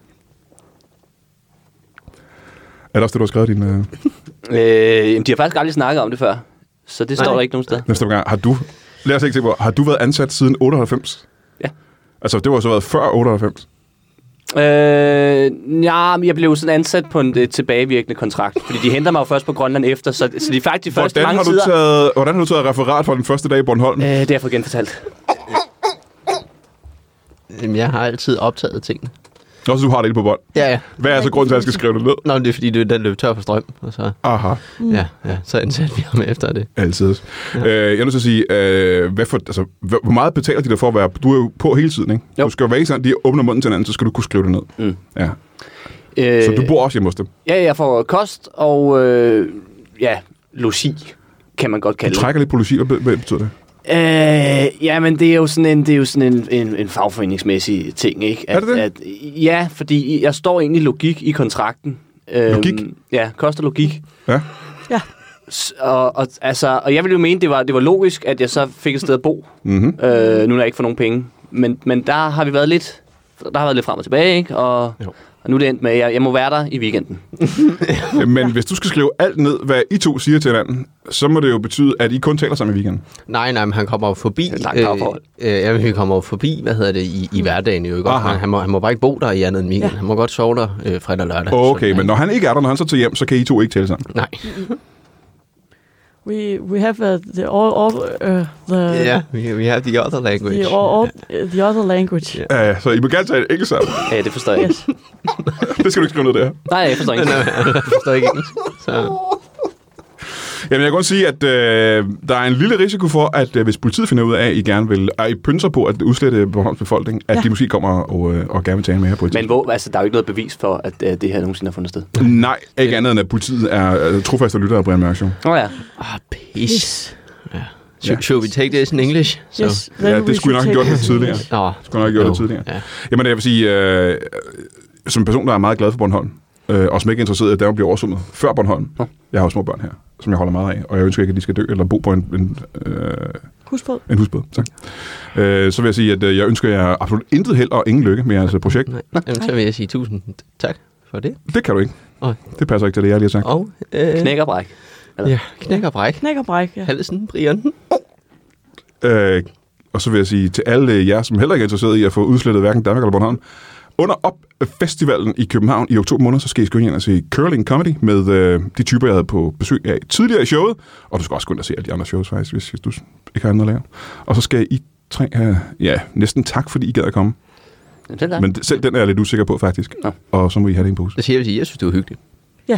Er det også det, du har skrevet din... De har faktisk aldrig snakket om det før, så det står der ikke nogen sted. Næste gang. Lad os ikke se på. Har du været ansat siden 98? Ja. Altså, det var så været før 98? Jeg blev sådan ansat på en tilbagevirkende kontrakt, fordi de henter mig jo først på Grønland efter, så de er faktisk de første mange tider... Hvordan har du taget referat for den første dag i Bornholm? Det har jeg fået genfortalt. Jamen, jeg har altid optaget tingene. Også du har det ikke på bånd? Ja. Hvad er så grunden til, at jeg skal skrive det ned? Nå, det er fordi, den løb tør for strøm. Og så, aha. Ja, så ansatte vi ham efter det. Altid. Ja. Jeg er nødt til at sige, hvor meget betaler de dig for at være... Du er jo på hele tiden, ikke? Jo. Du skal jo være sådan, de åbner munden til hinanden, så skal du kunne skrive det ned. Mm. Ja. Så du bor også hjemme hos dem? Ja, jeg får kost og logi, kan man godt kalde det. Du trækker lidt på logi, hvad betyder det? Men det er jo sådan en fagforeningsmæssig ting, ikke? Er det det? Ja, fordi jeg står egentlig logik i kontrakten. Logik? Ja, kost og logik. Ja. Og jeg ville jo mene, det var logisk, at jeg så fik et sted at bo. Mm-hmm. Nu er jeg ikke for nogen penge. Men der har vi været lidt frem og tilbage, ikke? Og nu er det endt med, at jeg må være der i weekenden. Men hvis du skal skrive alt ned, hvad I to siger til hinanden, så må det jo betyde, at I kun taler sammen i weekenden. Nej, men han kommer jo forbi... han kommer jo forbi, i hverdagen jo, ikke? Han må bare ikke bo der i andet end weekend. Han må godt sove der fredag og lørdag. Okay, men når han ikke er der, når han så tager hjem, så kan I to ikke tale sammen? Nej. We have the we have the other language. The other language. Ja, så I må gerne tale engelsk sammen. Ja, det forstår jeg ikke. Det skal du ikke skrive ned der. Nej, jeg forstår ikke. Jeg forstår ikke engelsk. Så. Jamen, jeg kan godt sige, at der er en lille risiko for, at hvis politiet finder ud af, at I gerne vil, og I pynser på at udslette Bornholms befolkning, at de måske kommer og gerne vil tale med jer på et Men der er jo ikke noget bevis for, at det her nogensinde har fundet sted. Nej, ikke andet end, at politiet er trofaste lyttere af Brian Mørk Show. Ja. Pis. Ja. Should we take this in English? So. Yes, Ja, det skulle jeg nok have gjort lidt tidligere. Skulle nok have gjort det tidligere. Ja. Jamen, jeg vil sige, som en person, der er meget glad for Bornholm, og som ikke er interesseret i, at der bliver oversvømmet før Bornholm. Jeg har jo små børn her, som jeg holder meget af, og jeg ønsker ikke, at de skal dø eller bo på en husbåd. En husbåd, tak. Så vil jeg sige, at jeg ønsker jer absolut intet held og ingen lykke med jeres projekt. Nej. Så vil jeg sige 1000 tak for det. Det kan du ikke. Det passer ikke til det, jeg lige har sagt. Og knæk og bræk. Ja, knæk og bræk. Knæk og bræk, ja. Halsen, Brian. Og så vil jeg sige til alle jer, som heller ikke er interesseret i at få udslettet hverken Danmark eller Bornholm, under festivalen i København i oktober måned, så skal I skynde ind og se Curling Comedy med de typer, jeg havde på besøg af tidligere i showet. Og du skal også gå ind og se alle de andre shows, faktisk, hvis du ikke har andet at lave. Og så skal I tre have, næsten tak, fordi I gad at komme. Men selv den er jeg lidt usikker på, faktisk. Ja. Og så må I have det i en pose. Jeg synes, det var hyggeligt. Ja.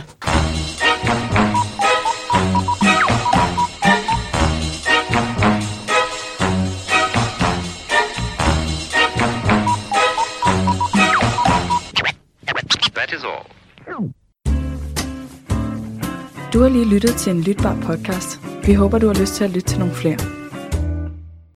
Du har lige lyttet til en lytbar podcast. Vi håber, du har lyst til at lytte til nogle flere.